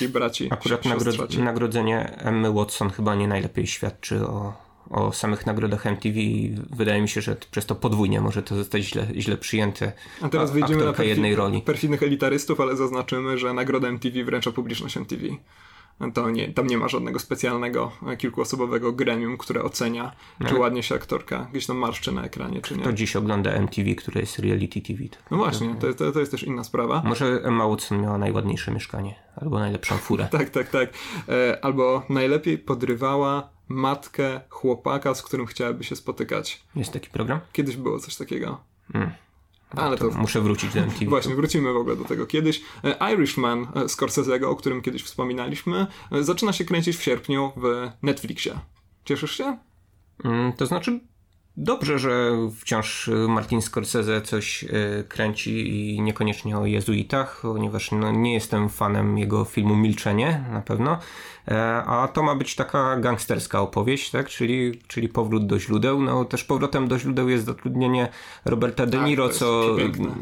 [SPEAKER 2] nagrodzenie Emmy Watson chyba nie najlepiej świadczy o samych nagrodach MTV. Wydaje mi się, że przez to podwójnie może to zostać źle przyjęte.
[SPEAKER 1] A teraz wyjdziemy na
[SPEAKER 2] jednej roli.
[SPEAKER 1] Perfidnych elitarystów, ale zaznaczymy, że nagrodę MTV wręcza publiczność MTV. Tam nie ma żadnego specjalnego, kilkuosobowego gremium, które ocenia, czy ładnie się aktorka gdzieś tam marszczy na ekranie, czy nie.
[SPEAKER 2] To dziś ogląda MTV, które jest reality TV.
[SPEAKER 1] No właśnie, to jest też inna sprawa.
[SPEAKER 2] Może Emma Watson miała najładniejsze mieszkanie, albo najlepszą furę.
[SPEAKER 1] Tak. Albo najlepiej podrywała matkę chłopaka, z którym chciałaby się spotykać.
[SPEAKER 2] Jest taki program?
[SPEAKER 1] Kiedyś było coś takiego.
[SPEAKER 2] Ale to muszę wrócić do MTV.
[SPEAKER 1] Właśnie, wrócimy w ogóle do tego kiedyś. Irishman Scorsese'ego, o którym kiedyś wspominaliśmy, zaczyna się kręcić w sierpniu w Netflixie. Cieszysz się?
[SPEAKER 2] To znaczy, dobrze, że wciąż Martin Scorsese coś kręci i niekoniecznie o jezuitach, ponieważ nie jestem fanem jego filmu Milczenie na pewno, a to ma być taka gangsterska opowieść, tak? Czyli powrót do źródeł. No też powrotem do źródeł jest zatrudnienie Roberta De Niro, co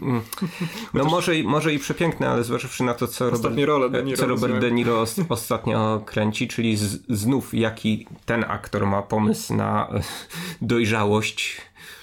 [SPEAKER 2] no może i przepiękne, ale zważywszy na to, co Robert De Niro ostatnio kręci, czyli znów jaki ten aktor ma pomysł na dojrzałość,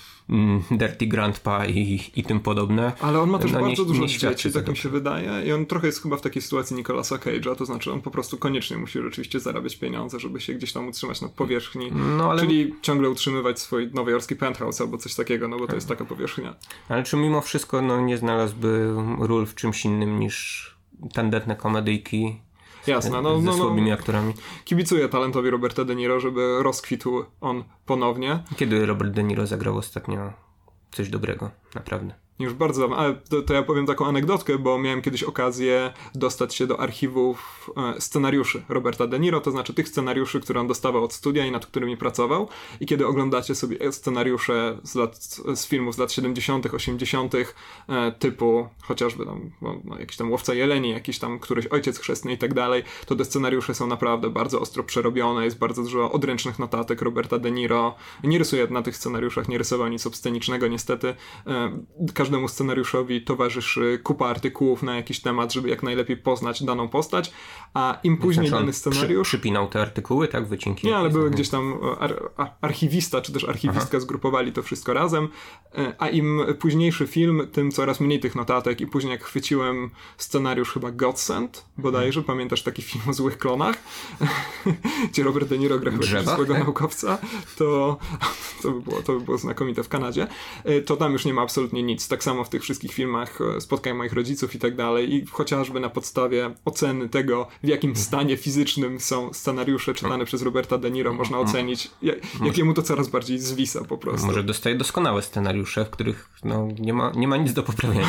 [SPEAKER 2] Dirty Grandpa i tym podobne.
[SPEAKER 1] Ale on ma też bardzo dużo dzieci, tak mi się wydaje. I on trochę jest chyba w takiej sytuacji Nicolasa Cage'a, to znaczy on po prostu koniecznie musi rzeczywiście zarabiać pieniądze, żeby się gdzieś tam utrzymać na powierzchni. Czyli ciągle utrzymywać swój nowojorski penthouse albo coś takiego, no bo to jest taka powierzchnia. Ale
[SPEAKER 2] czy mimo wszystko nie znalazłby ról w czymś innym niż tandetne komedyjki?
[SPEAKER 1] Jasne,
[SPEAKER 2] ze słabymi aktorami.
[SPEAKER 1] Kibicuję talentowi Roberta De Niro, żeby rozkwitł on ponownie.
[SPEAKER 2] Kiedy Robert De Niro zagrał ostatnio coś dobrego, naprawdę?
[SPEAKER 1] Już bardzo dawno, ale to ja powiem taką anegdotkę, bo miałem kiedyś okazję dostać się do archiwów scenariuszy Roberta De Niro, to znaczy tych scenariuszy, które on dostawał od studia i nad którymi pracował. I kiedy oglądacie sobie scenariusze z filmów z lat 70., 80., typu chociażby tam jakiś tam Łowca Jeleni, jakiś tam któryś Ojciec Chrzestny i tak dalej, to te scenariusze są naprawdę bardzo ostro przerobione, jest bardzo dużo odręcznych notatek Roberta De Niro. Nie rysuje na tych scenariuszach, nie rysował nic obscenicznego niestety. Każdemu scenariuszowi towarzyszy kupa artykułów na jakiś temat, żeby jak najlepiej poznać daną postać, a im później dany scenariusz...
[SPEAKER 2] Przypinał te artykuły, tak? Wycinki?
[SPEAKER 1] Nie, ale były gdzieś tam archiwista, czy też archiwistka zgrupowali to wszystko razem, a im późniejszy film, tym coraz mniej tych notatek i później jak chwyciłem scenariusz chyba Godsend, bodajże, pamiętasz taki film o złych klonach, gdzie Robert De Niro gra złego naukowca, to by było znakomite w Kanadzie, to tam już nie ma absolutnie nic. Tak samo w tych wszystkich filmach Spotkaj moich rodziców i tak dalej i chociażby na podstawie oceny tego, w jakim stanie fizycznym są scenariusze czytane przez Roberta De Niro, można ocenić, jakiemu to coraz bardziej zwisa po prostu.
[SPEAKER 2] Może dostaje doskonałe scenariusze, w których nie ma nic do poprawienia.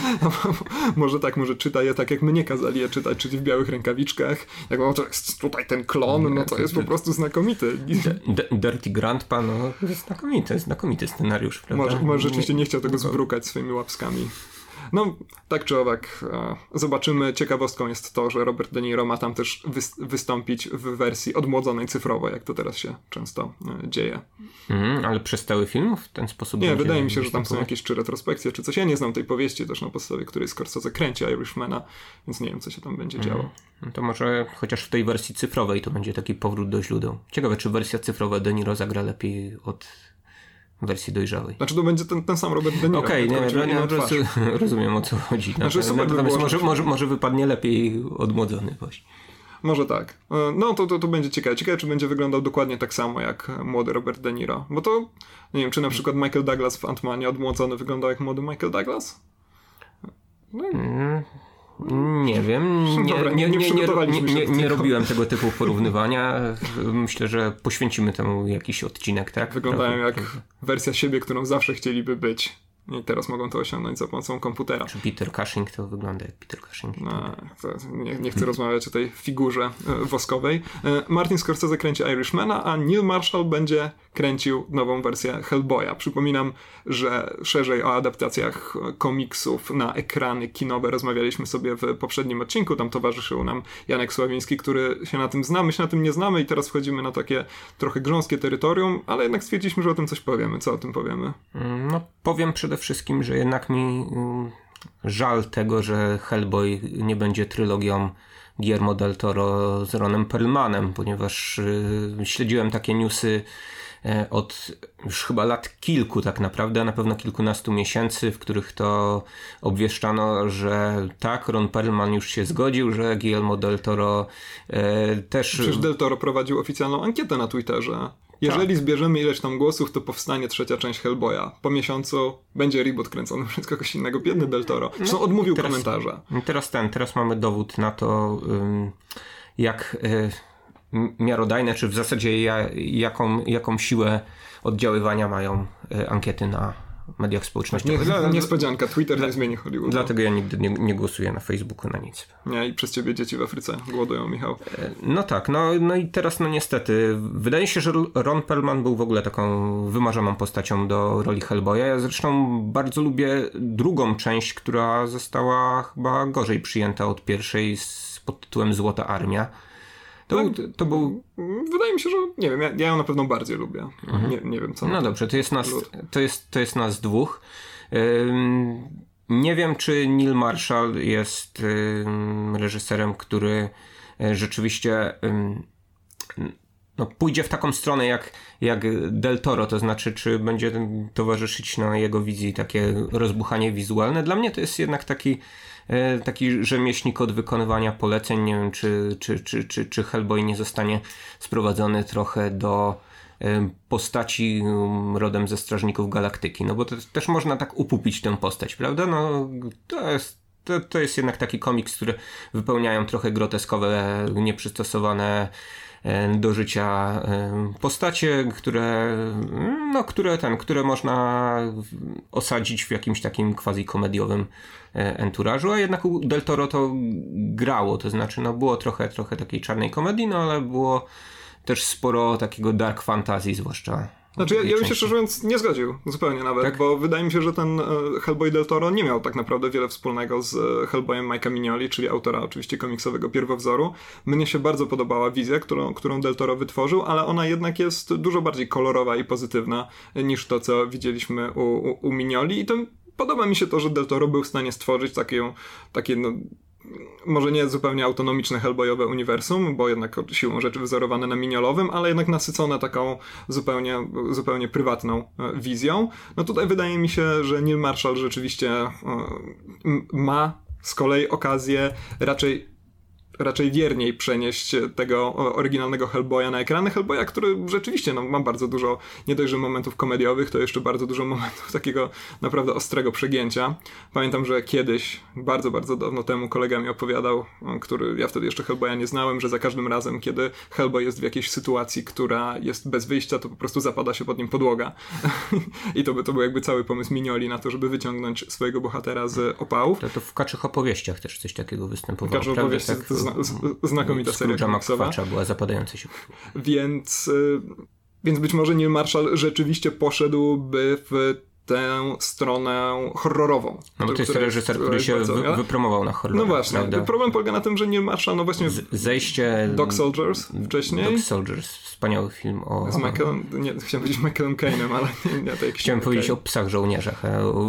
[SPEAKER 1] Może tak, może czyta je tak, jak mnie kazali je czytać, czyli w białych rękawiczkach. Jak to jest tutaj ten klon, no to jest po prostu znakomity.
[SPEAKER 2] Dirty Grandpa, znakomity scenariusz, prawda?
[SPEAKER 1] Może rzeczywiście nie chciał tego zbrukać swoimi łapskami. No, tak czy owak, zobaczymy. Ciekawostką jest to, że Robert De Niro ma tam też wystąpić w wersji odmłodzonej cyfrowo, jak to teraz się często dzieje.
[SPEAKER 2] Ale przez cały film w ten sposób?
[SPEAKER 1] Nie, wydaje mi się, że tam są jakieś czy retrospekcje, czy coś. Ja nie znam tej powieści też, na podstawie której Scorsese kręci Irishmana, więc nie wiem, co się tam będzie działo.
[SPEAKER 2] No to może chociaż w tej wersji cyfrowej to będzie taki powrót do źródeł. Ciekawe, czy wersja cyfrowa De Niro zagra lepiej od wersji dojrzałej.
[SPEAKER 1] Znaczy to będzie ten sam Robert De Niro.
[SPEAKER 2] Okej, rozumiem, o co chodzi.
[SPEAKER 1] Znaczy,
[SPEAKER 2] może wypadnie lepiej odmłodzony właśnie.
[SPEAKER 1] Może tak. No to będzie ciekawe. Ciekawe, czy będzie wyglądał dokładnie tak samo jak młody Robert De Niro. Bo to, nie wiem, czy na przykład Michael Douglas w Ant-Manie odmłodzony wyglądał jak młody Michael Douglas?
[SPEAKER 2] Nie wiem. Nie robiłem tego typu porównywania. Myślę, że poświęcimy temu jakiś odcinek, tak?
[SPEAKER 1] Wyglądają jak wersja siebie, którą zawsze chcieliby być. I teraz mogą to osiągnąć za pomocą komputera.
[SPEAKER 2] Czy Peter Cushing to wygląda jak Peter Cushing?
[SPEAKER 1] Nie chcę rozmawiać o tej figurze woskowej. Martin Scorsese kręci Irishmana, a Neil Marshall będzie kręcił nową wersję Hellboya. Przypominam, że szerzej o adaptacjach komiksów na ekrany kinowe rozmawialiśmy sobie w poprzednim odcinku. Tam towarzyszył nam Janek Sławiński, który się na tym zna. My się na tym nie znamy i teraz wchodzimy na takie trochę grząskie terytorium, ale jednak stwierdziliśmy, że o tym coś powiemy. Co o tym powiemy?
[SPEAKER 2] No, powiem przede wszystkim, że jednak mi żal tego, że Hellboy nie będzie trylogią Guillermo del Toro z Ronem Perlmanem, ponieważ śledziłem takie newsy od już chyba lat kilku tak naprawdę, a na pewno kilkunastu miesięcy, w których to obwieszczano, że tak, Ron Perlman już się zgodził, że Guillermo del Toro też...
[SPEAKER 1] Przecież del Toro prowadził oficjalną ankietę na Twitterze. Jeżeli zbierzemy ileś tam głosów, to powstanie trzecia część Hellboya. Po miesiącu będzie reboot kręcony przez kogoś innego. Biedny del Toro. Zresztą odmówił komentarza.
[SPEAKER 2] Teraz mamy dowód na to, jak miarodajne, czy w zasadzie jaką siłę oddziaływania mają ankiety na mediach społecznościowych.
[SPEAKER 1] Niespodzianka, Twitter nie zmieni Hollywoodu.
[SPEAKER 2] Dlatego ja nigdy nie głosuję na Facebooku na nic.
[SPEAKER 1] Nie, i przez ciebie dzieci w Afryce głodują, Michał.
[SPEAKER 2] No tak, no i teraz niestety, wydaje się, że Ron Perlman był w ogóle taką wymarzoną postacią do roli Hellboya. Ja zresztą bardzo lubię drugą część, która została chyba gorzej przyjęta od pierwszej pod tytułem Złota Armia. To był...
[SPEAKER 1] Wydaje mi się, że nie wiem, ja ją na pewno bardziej lubię. Nie wiem co.
[SPEAKER 2] No dobrze, to jest nas dwóch. Nie wiem, czy Neil Marshall jest reżyserem, który rzeczywiście pójdzie w taką stronę jak Del Toro, to znaczy, czy będzie towarzyszyć jego wizji takie rozbuchanie wizualne. Dla mnie to jest jednak taki rzemieślnik od wykonywania poleceń. Nie wiem, czy Hellboy nie zostanie sprowadzony trochę do postaci rodem ze Strażników Galaktyki, no bo to też można tak upupić tę postać, prawda? No to jest jednak taki komiks, który wypełniają trochę groteskowe, nieprzystosowane do życia postacie, które można osadzić w jakimś takim quasi-komediowym enturażu, a jednak u Del Toro to grało, to znaczy było trochę takiej czarnej komedii, ale było też sporo takiego dark fantasy, zwłaszcza.
[SPEAKER 1] Znaczy ja bym się szczerze mówiąc nie zgodził zupełnie nawet, tak? Bo wydaje mi się, że ten Hellboy Del Toro nie miał tak naprawdę wiele wspólnego z Hellboyem Mike'a Mignoli, czyli autora oczywiście komiksowego pierwowzoru. Mnie się bardzo podobała wizja, którą Del Toro wytworzył, ale ona jednak jest dużo bardziej kolorowa i pozytywna niż to, co widzieliśmy u Mignoli, i to podoba mi się to, że Del Toro był w stanie stworzyć takie może nie zupełnie autonomiczne Hellboyowe uniwersum, bo jednak siłą rzeczy wzorowane na miniolowym, ale jednak nasycone taką zupełnie prywatną wizją. No tutaj wydaje mi się, że Neil Marshall rzeczywiście ma z kolei okazję raczej wierniej przenieść tego oryginalnego Hellboya na ekrany. Hellboya, który rzeczywiście ma bardzo dużo nie dość, że momentów komediowych, to jeszcze bardzo dużo momentów takiego naprawdę ostrego przegięcia. Pamiętam, że kiedyś, bardzo, bardzo dawno temu kolega mi opowiadał, ja wtedy jeszcze Hellboya nie znałem, że za każdym razem, kiedy Hellboy jest w jakiejś sytuacji, która jest bez wyjścia, to po prostu zapada się pod nim podłoga. I to był jakby cały pomysł Mignoli na to, żeby wyciągnąć swojego bohatera z opałów.
[SPEAKER 2] To w Kaczych Opowieściach też coś takiego występowało.
[SPEAKER 1] W Kaczych Opowieściach znakomita seria komiksowa.
[SPEAKER 2] Była zapadająca się.
[SPEAKER 1] Więc być może Neil Marshall rzeczywiście poszedłby w tę stronę horrorową.
[SPEAKER 2] No bo to jest reżyser, który się wypromował na horror.
[SPEAKER 1] No właśnie. Prawda? Problem polega na tym, że Neil Marshall, no właśnie
[SPEAKER 2] zejście
[SPEAKER 1] Dog Soldiers wcześniej.
[SPEAKER 2] Dog Soldiers, wspaniały film o...
[SPEAKER 1] Z Michaelem, chciałem powiedzieć Michaelem Caine'em, ale nie to jakiś...
[SPEAKER 2] Chciałem powiedzieć o psach żołnierzach,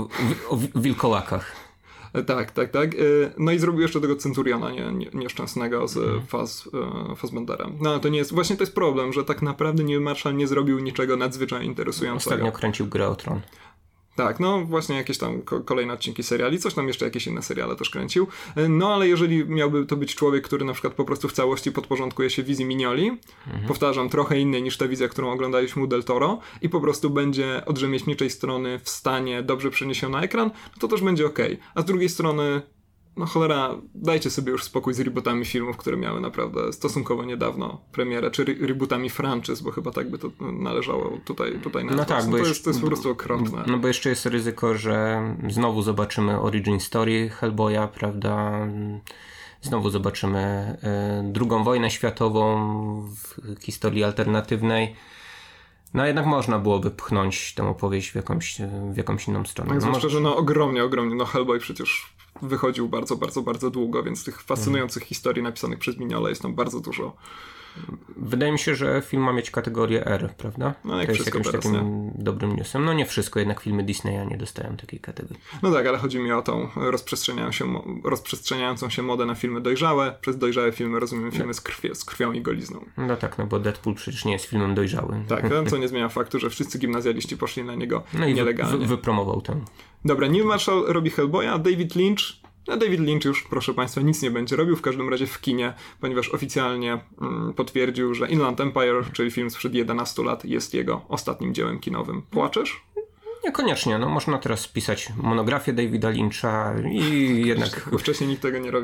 [SPEAKER 2] o wilkołakach.
[SPEAKER 1] Tak. No i zrobił jeszcze tego Centuriona nieszczęsnego z Fassbenderem. No ale to nie jest... Właśnie to jest problem, że tak naprawdę Neil Marshall nie zrobił niczego nadzwyczaj interesującego.
[SPEAKER 2] Ostatnio kręcił Grę o Tron.
[SPEAKER 1] Tak, no właśnie jakieś tam kolejne odcinki seriali, coś tam jeszcze jakieś inne seriale też kręcił. No ale jeżeli miałby to być człowiek, który na przykład po prostu w całości podporządkuje się wizji Mignoli, powtarzam, trochę innej niż ta wizja, którą oglądaliśmy u Del Toro, i po prostu będzie od rzemieślniczej strony w stanie dobrze przenieść ją na ekran, to też będzie okej. A z drugiej strony, no cholera, dajcie sobie już spokój z rebootami filmów, które miały naprawdę stosunkowo niedawno premierę, czy rebootami franczyz, bo chyba tak by to należało tutaj nazwać.
[SPEAKER 2] No tak,
[SPEAKER 1] to jest po prostu okropne.
[SPEAKER 2] No bo jeszcze jest ryzyko, że znowu zobaczymy origin story Hellboya, prawda? Znowu zobaczymy II wojnę światową w historii alternatywnej. No jednak można byłoby pchnąć tę opowieść w jakąś inną stronę.
[SPEAKER 1] Tak, zwłaszcza, że ogromnie. No Hellboy przecież wychodził bardzo, bardzo, bardzo długo, więc tych fascynujących historii napisanych przez Mignola jest tam bardzo dużo.
[SPEAKER 2] Wydaje mi się, że film ma mieć kategorię R, prawda?
[SPEAKER 1] No,
[SPEAKER 2] to jest jakimś takim dobrym newsem. No nie wszystko, jednak filmy Disneya nie dostają takiej kategorii.
[SPEAKER 1] No tak, ale chodzi mi o tą rozprzestrzeniającą się modę na filmy dojrzałe. Przez dojrzałe filmy rozumiem filmy z krwią i golizną.
[SPEAKER 2] No tak, no bo Deadpool przecież nie jest filmem dojrzałym.
[SPEAKER 1] Tak, co nie zmienia faktu, że wszyscy gimnazjaliści poszli na niego nielegalnie.
[SPEAKER 2] Wypromował tę.
[SPEAKER 1] Dobra, Neil Marshall robi Hellboya, David Lynch już, proszę Państwa, nic nie będzie robił, w każdym razie w kinie, ponieważ oficjalnie potwierdził, że Inland Empire, czyli film sprzed 11 lat, jest jego ostatnim dziełem kinowym. Płaczesz?
[SPEAKER 2] Niekoniecznie, no można teraz pisać monografię Davida Lyncha i jednak...
[SPEAKER 1] Bo wcześniej nikt tego nie robił.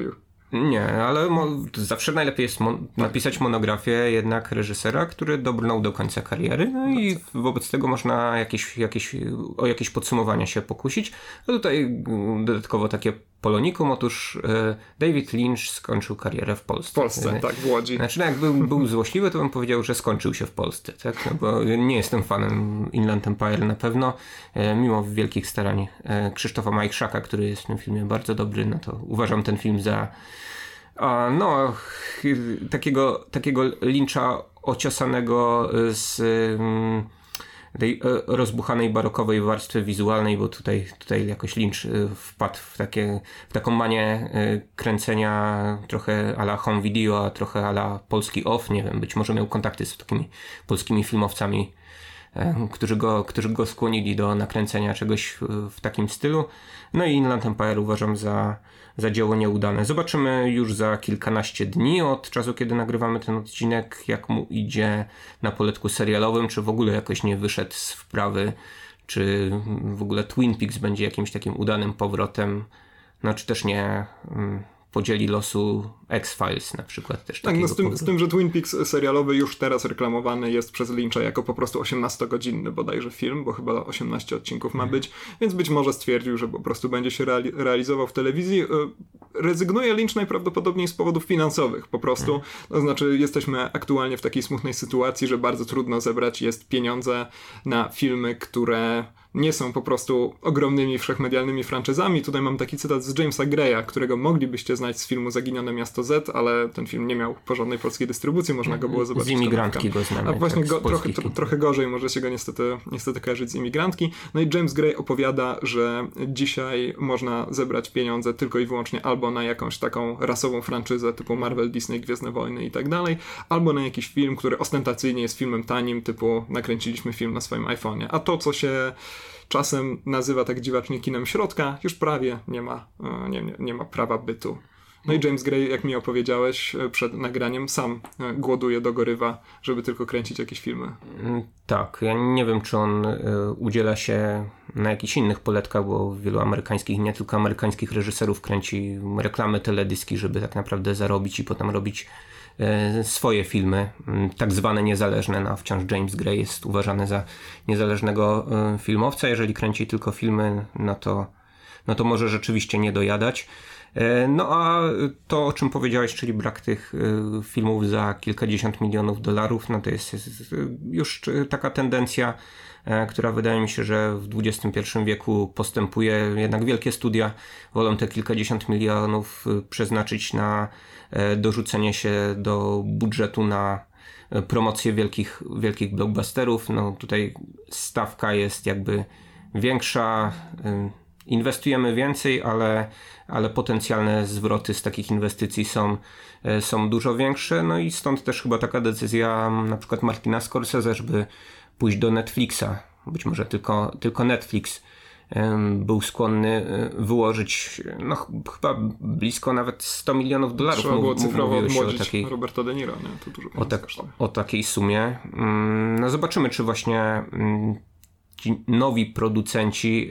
[SPEAKER 2] Nie, ale zawsze najlepiej jest napisać monografię jednak reżysera, który dobrnął do końca kariery, no i wobec tego można o jakieś podsumowania się pokusić. A tutaj dodatkowo takie polonikum, otóż David Lynch skończył karierę w Polsce.
[SPEAKER 1] W Polsce, tak, w Łodzi.
[SPEAKER 2] Znaczy, no, jakby był złośliwy, to bym powiedział, że skończył się w Polsce, tak? No bo nie jestem fanem Inland Empire na pewno, mimo wielkich starań Krzysztofa Majchrzaka, który jest w tym filmie bardzo dobry, no to uważam ten film za takiego Lyncha ociosanego z tej rozbuchanej barokowej warstwy wizualnej, bo tutaj jakoś Lynch wpadł w taką manię kręcenia trochę à la home video, a trochę à la polski off, nie wiem, być może miał kontakty z takimi polskimi filmowcami, którzy go skłonili do nakręcenia czegoś w takim stylu. No i Inland Empire uważam za dzieło nieudane. Zobaczymy już za kilkanaście dni od czasu, kiedy nagrywamy ten odcinek, jak mu idzie na poletku serialowym, czy w ogóle jakoś nie wyszedł z wprawy, czy w ogóle Twin Peaks będzie jakimś takim udanym powrotem, no czy też nie podzieli losu X-Files na przykład też.
[SPEAKER 1] Tak, no z tym, że Twin Peaks serialowy już teraz reklamowany jest przez Lyncha jako po prostu 18-godzinny bodajże film, bo chyba 18 odcinków ma być, więc być może stwierdził, że po prostu będzie się realizował w telewizji. Rezygnuje Lynch najprawdopodobniej z powodów finansowych po prostu. To znaczy jesteśmy aktualnie w takiej smutnej sytuacji, że bardzo trudno zebrać jest pieniądze na filmy, które nie są po prostu ogromnymi wszechmedialnymi franczyzami. Tutaj mam taki cytat z Jamesa Greya, którego moglibyście znać z filmu Zaginione Miasto Z, ale ten film nie miał porządnej polskiej dystrybucji, można go było zobaczyć.
[SPEAKER 2] Z Imigrantki go znamy.
[SPEAKER 1] A właśnie trochę gorzej może się go niestety kojarzyć z Imigrantki. No i James Gray opowiada, że dzisiaj można zebrać pieniądze tylko i wyłącznie albo na jakąś taką rasową franczyzę typu Marvel, Disney, Gwiezdne Wojny i tak dalej, albo na jakiś film, który ostentacyjnie jest filmem tanim, typu nakręciliśmy film na swoim iPhone'ie. A to, co się czasem nazywa tak dziwacznie kinem środka, już prawie nie ma prawa bytu. No i James Gray, jak mi opowiedziałeś przed nagraniem, sam głoduje, dogorywa, żeby tylko kręcić jakieś filmy.
[SPEAKER 2] Tak, ja nie wiem, czy on udziela się na jakichś innych poletkach, bo wielu amerykańskich, nie tylko amerykańskich reżyserów kręci reklamy, teledyski, żeby tak naprawdę zarobić i potem robić swoje filmy, tak zwane niezależne, no wciąż James Gray jest uważany za niezależnego filmowca. Jeżeli kręci tylko filmy, no to może rzeczywiście nie dojadać. No a to, o czym powiedziałeś, czyli brak tych filmów za kilkadziesiąt milionów dolarów, no to jest już taka tendencja, która wydaje mi się, że w XXI wieku postępuje. Jednak wielkie studia wolą te kilkadziesiąt milionów przeznaczyć na dorzucenie się do budżetu na promocję wielkich blockbusterów. No tutaj stawka jest jakby większa, inwestujemy więcej, ale potencjalne zwroty z takich inwestycji są dużo większe. No i stąd też chyba taka decyzja na przykład Martina Scorsese, żeby pójść do Netflixa. Być może tylko Netflix był skłonny wyłożyć chyba blisko nawet $100 milionów.
[SPEAKER 1] Trzeba było cyfrowo odmłodzić Roberta De Niro, nie? To dużo
[SPEAKER 2] o takiej sumie. No zobaczymy, czy właśnie ci nowi producenci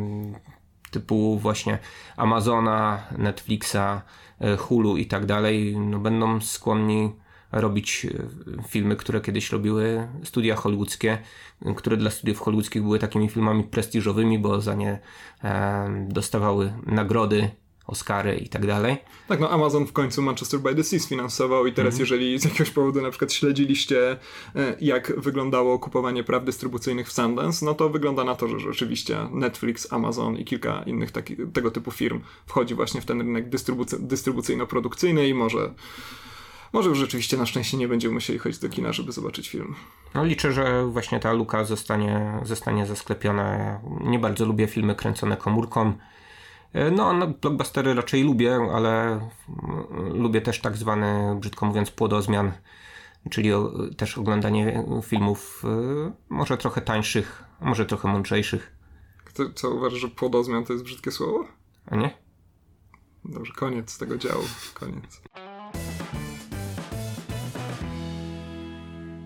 [SPEAKER 2] typu właśnie Amazona, Netflixa, Hulu i tak dalej, no będą skłonni robić filmy, które kiedyś robiły studia hollywoodzkie, które dla studiów hollywoodzkich były takimi filmami prestiżowymi, bo za nie dostawały nagrody, Oscary i tak dalej.
[SPEAKER 1] Tak, no Amazon w końcu Manchester by the Sea sfinansował i teraz jeżeli z jakiegoś powodu na przykład śledziliście, jak wyglądało kupowanie praw dystrybucyjnych w Sundance, no to wygląda na to, że rzeczywiście Netflix, Amazon i kilka innych tego typu firm wchodzi właśnie w ten rynek dystrybucyjno-produkcyjny i może już rzeczywiście na szczęście nie będziemy musieli chodzić do kina, żeby zobaczyć film.
[SPEAKER 2] No liczę, że właśnie ta luka zostanie zasklepiona. Ja nie bardzo lubię filmy kręcone komórką. No blockbustery raczej lubię, ale lubię też tak zwany, brzydko mówiąc, płodozmian, czyli też oglądanie filmów może trochę tańszych, może trochę mądrzejszych.
[SPEAKER 1] Co uważasz, że płodozmian to jest brzydkie słowo?
[SPEAKER 2] A nie?
[SPEAKER 1] Dobrze, koniec tego działu. Koniec.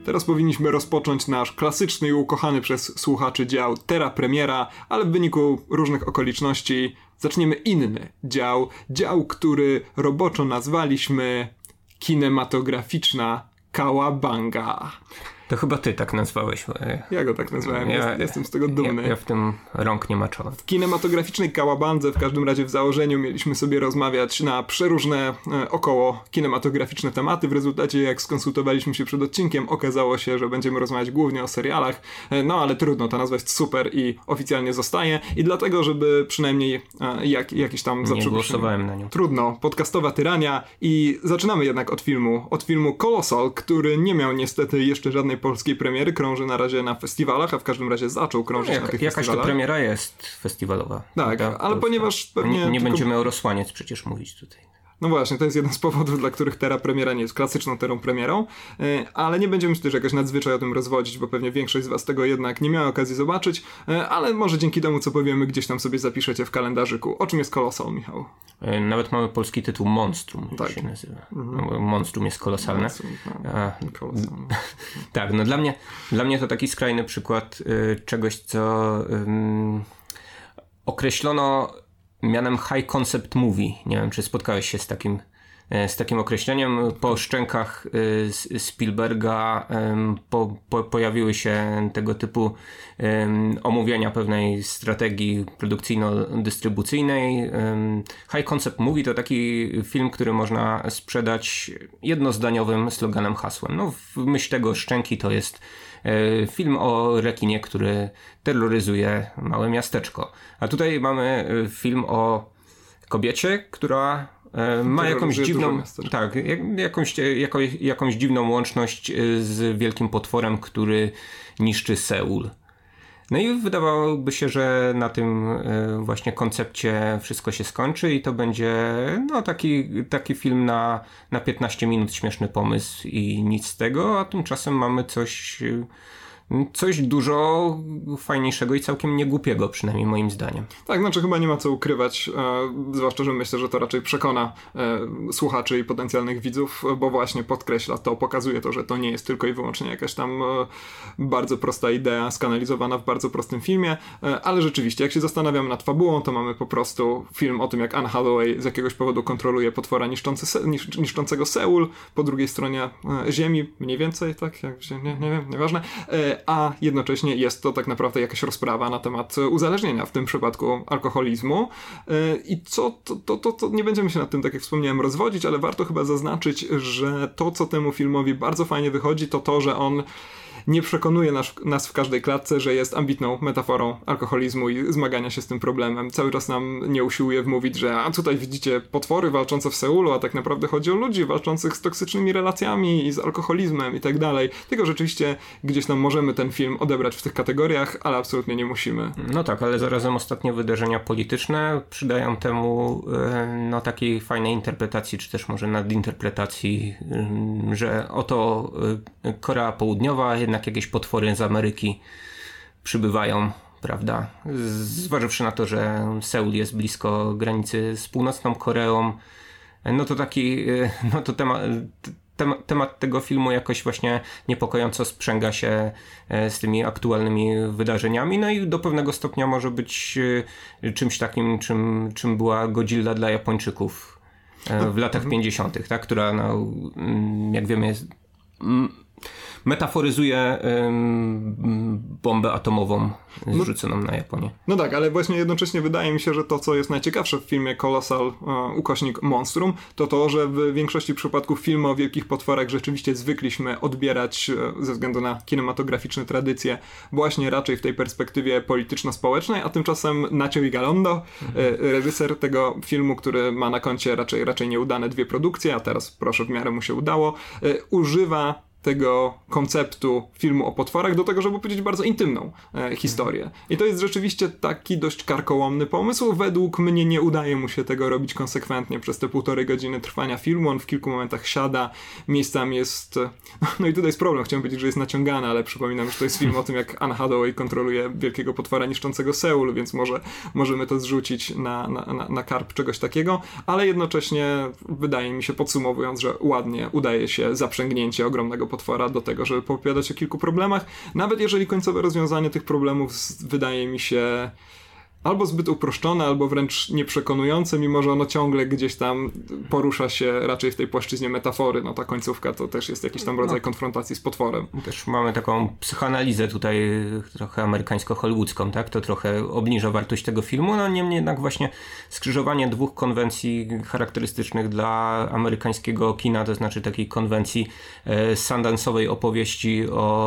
[SPEAKER 1] Teraz powinniśmy rozpocząć nasz klasyczny i ukochany przez słuchaczy dział Terra Premiera, ale w wyniku różnych okoliczności zaczniemy inny dział, który roboczo nazwaliśmy kinematograficzna kałabanga.
[SPEAKER 2] To chyba ty tak nazwałeś.
[SPEAKER 1] Ja go tak nazwałem, jestem z tego dumny.
[SPEAKER 2] Ja w tym rąk nie maczałem.
[SPEAKER 1] W kinematograficznej kałabandze, w każdym razie w założeniu, mieliśmy sobie rozmawiać na przeróżne około kinematograficzne tematy. W rezultacie, jak skonsultowaliśmy się przed odcinkiem, okazało się, że będziemy rozmawiać głównie o serialach. No ale trudno, ta nazwa jest super i oficjalnie zostaje. I dlatego, żeby przynajmniej jakiś tam...
[SPEAKER 2] Nie głosowałem na nią.
[SPEAKER 1] Trudno, podcastowa tyrania i zaczynamy jednak od filmu Colossal, który nie miał niestety jeszcze żadnej polskiej premiery, krąży na razie na festiwalach, a w każdym razie zaczął krążyć na tych
[SPEAKER 2] jakaś
[SPEAKER 1] festiwalach.
[SPEAKER 2] to premiera jest festiwalowa.
[SPEAKER 1] Tak, ale ponieważ pewnie...
[SPEAKER 2] Nie będziemy o Rozsłaniec przecież mówić tutaj.
[SPEAKER 1] No właśnie, to jest jeden z powodów, dla których Terra Premiera nie jest klasyczną Terrą Premierą, ale nie będziemy się też jakoś nadzwyczaj o tym rozwodzić, bo pewnie większość z was tego jednak nie miała okazji zobaczyć, ale może dzięki temu, co powiemy, gdzieś tam sobie zapiszecie w kalendarzyku. O czym jest Colossal, Michał?
[SPEAKER 2] Nawet mamy polski tytuł Monstrum, tak się nazywa. No, Monstrum jest kolosalne.
[SPEAKER 1] Monstrum,
[SPEAKER 2] tak, no dla mnie to taki skrajny przykład czegoś, co określono mianem high concept movie. Nie wiem, czy spotkałeś się z takim określeniem. Po szczękach Spielberga pojawiły się tego typu omówienia pewnej strategii produkcyjno-dystrybucyjnej. High concept movie to taki film, który można sprzedać jednozdaniowym sloganem, hasłem. No, w myśl tego Szczęki to jest film o rekinie, który terroryzuje małe miasteczko. A tutaj mamy film o kobiecie, która ma jakąś dziwną, tak, jakąś dziwną łączność z wielkim potworem, który niszczy Seul. No i wydawałoby się, że na tym właśnie koncepcie wszystko się skończy i to będzie no, taki film na 15 minut, śmieszny pomysł i nic z tego, a tymczasem mamy coś dużo fajniejszego i całkiem niegłupiego, przynajmniej moim zdaniem.
[SPEAKER 1] Tak, znaczy chyba nie ma co ukrywać, zwłaszcza, że myślę, że to raczej przekona słuchaczy i potencjalnych widzów, bo właśnie podkreśla to, pokazuje to, że to nie jest tylko i wyłącznie jakaś tam bardzo prosta idea skanalizowana w bardzo prostym filmie, ale rzeczywiście, jak się zastanawiam nad fabułą, to mamy po prostu film o tym, jak Anne Hathaway z jakiegoś powodu kontroluje potwora niszczącego Seul po drugiej stronie Ziemi, mniej więcej, tak? Nie wiem, nieważne. A jednocześnie jest to tak naprawdę jakaś rozprawa na temat uzależnienia, w tym przypadku alkoholizmu. I to nie będziemy się nad tym, tak jak wspomniałem, rozwodzić, ale warto chyba zaznaczyć, że to, co temu filmowi bardzo fajnie wychodzi, to, że on nie przekonuje nas w każdej klatce, że jest ambitną metaforą alkoholizmu i zmagania się z tym problemem. Cały czas nam nie usiłuje wmówić, że a tutaj widzicie potwory walczące w Seulu, a tak naprawdę chodzi o ludzi walczących z toksycznymi relacjami i z alkoholizmem i tak dalej. Tylko rzeczywiście gdzieś tam możemy ten film odebrać w tych kategoriach, ale absolutnie nie musimy.
[SPEAKER 2] No tak, ale zarazem ostatnie wydarzenia polityczne przydają temu no takiej fajnej interpretacji, czy też może nadinterpretacji, że oto Korea Południowa, jednak jakieś potwory z Ameryki przybywają, prawda? Zważywszy na to, że Seul jest blisko granicy z północną Koreą, no to temat tego filmu jakoś właśnie niepokojąco sprzęga się z tymi aktualnymi wydarzeniami, no i do pewnego stopnia może być czymś takim, czym była Godzilla dla Japończyków w latach 50., tak? Która, no, jak wiemy, jest... metaforyzuje bombę atomową zrzuconą na Japonię.
[SPEAKER 1] No tak, ale właśnie jednocześnie wydaje mi się, że to, co jest najciekawsze w filmie Colossal / Monstrum, to, że w większości przypadków filmy o wielkich potworach rzeczywiście zwykliśmy odbierać ze względu na kinematograficzne tradycje właśnie raczej w tej perspektywie polityczno-społecznej, a tymczasem Nacho Vigalondo, reżyser tego filmu, który ma na koncie raczej nieudane 2 produkcje, a teraz proszę, w miarę mu się udało, używa tego konceptu filmu o potworach do tego, żeby powiedzieć bardzo intymną historię. I to jest rzeczywiście taki dość karkołomny pomysł. Według mnie nie udaje mu się tego robić konsekwentnie przez te 1,5 godziny trwania filmu. On w kilku momentach siada, miejscami jest... No i tutaj jest problem. Chciałem powiedzieć, że jest naciągany, ale przypominam, że to jest film o tym, jak Anne Hathaway kontroluje wielkiego potwora niszczącego Seul, więc możemy to zrzucić na karp czegoś takiego, ale jednocześnie wydaje mi się, podsumowując, że ładnie udaje się zaprzęgnięcie ogromnego potwora do tego, żeby poopowiadać o kilku problemach, nawet jeżeli końcowe rozwiązanie tych problemów wydaje mi się albo zbyt uproszczone, albo wręcz nieprzekonujące, mimo że ono ciągle gdzieś tam porusza się raczej w tej płaszczyźnie metafory. No ta końcówka to też jest jakiś tam rodzaj konfrontacji z potworem.
[SPEAKER 2] Też mamy taką psychoanalizę tutaj trochę amerykańsko-hollywoodzką, tak? To trochę obniża wartość tego filmu, no niemniej jednak właśnie skrzyżowanie dwóch konwencji charakterystycznych dla amerykańskiego kina, to znaczy takiej konwencji sundance'owej opowieści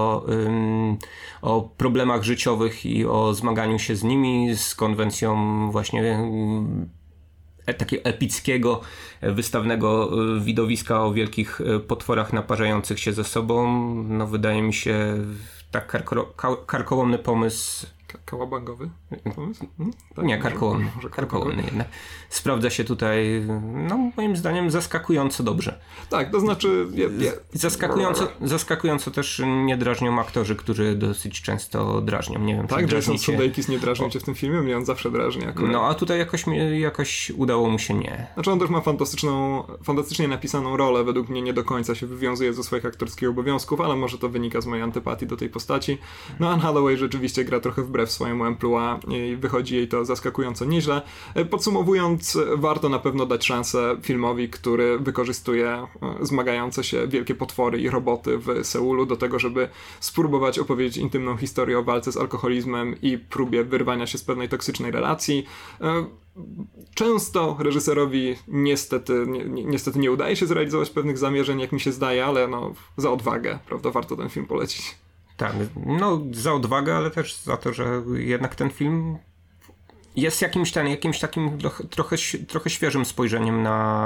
[SPEAKER 2] o problemach życiowych i o zmaganiu się z nimi, z konwencją właśnie takiego epickiego, wystawnego widowiska o wielkich potworach naparzających się ze sobą. No wydaje mi się tak karkołomny pomysł.
[SPEAKER 1] Kałabangowy pomysł?
[SPEAKER 2] Tak, nie, karkołomny jednak. Sprawdza się tutaj, no moim zdaniem, zaskakująco dobrze.
[SPEAKER 1] Tak, to znaczy...
[SPEAKER 2] Zaskakująco też nie drażnią aktorzy, którzy dosyć często drażnią. Nie wiem,
[SPEAKER 1] tak, Jason Sudeikis nie drażnił cię w tym filmie? Mnie on zawsze drażni akurat.
[SPEAKER 2] No, a tutaj jakoś udało mu się nie.
[SPEAKER 1] Znaczy on też ma fantastycznie napisaną rolę. Według mnie nie do końca się wywiązuje ze swoich aktorskich obowiązków, ale może to wynika z mojej antypatii do tej postaci. No, Anne Hathaway rzeczywiście gra trochę wbrew swojemu emploi i wychodzi jej to zaskakująco nieźle. Podsumowując, warto na pewno dać szansę filmowi, który wykorzystuje zmagające się wielkie potwory i roboty w Seulu do tego, żeby spróbować opowiedzieć intymną historię o walce z alkoholizmem i próbie wyrwania się z pewnej toksycznej relacji. Często reżyserowi niestety nie udaje się zrealizować pewnych zamierzeń, jak mi się zdaje, ale no, za odwagę, prawda, warto ten film polecić.
[SPEAKER 2] Tak, no za odwagę, ale też za to, że jednak ten film jest jakimś takim trochę świeżym spojrzeniem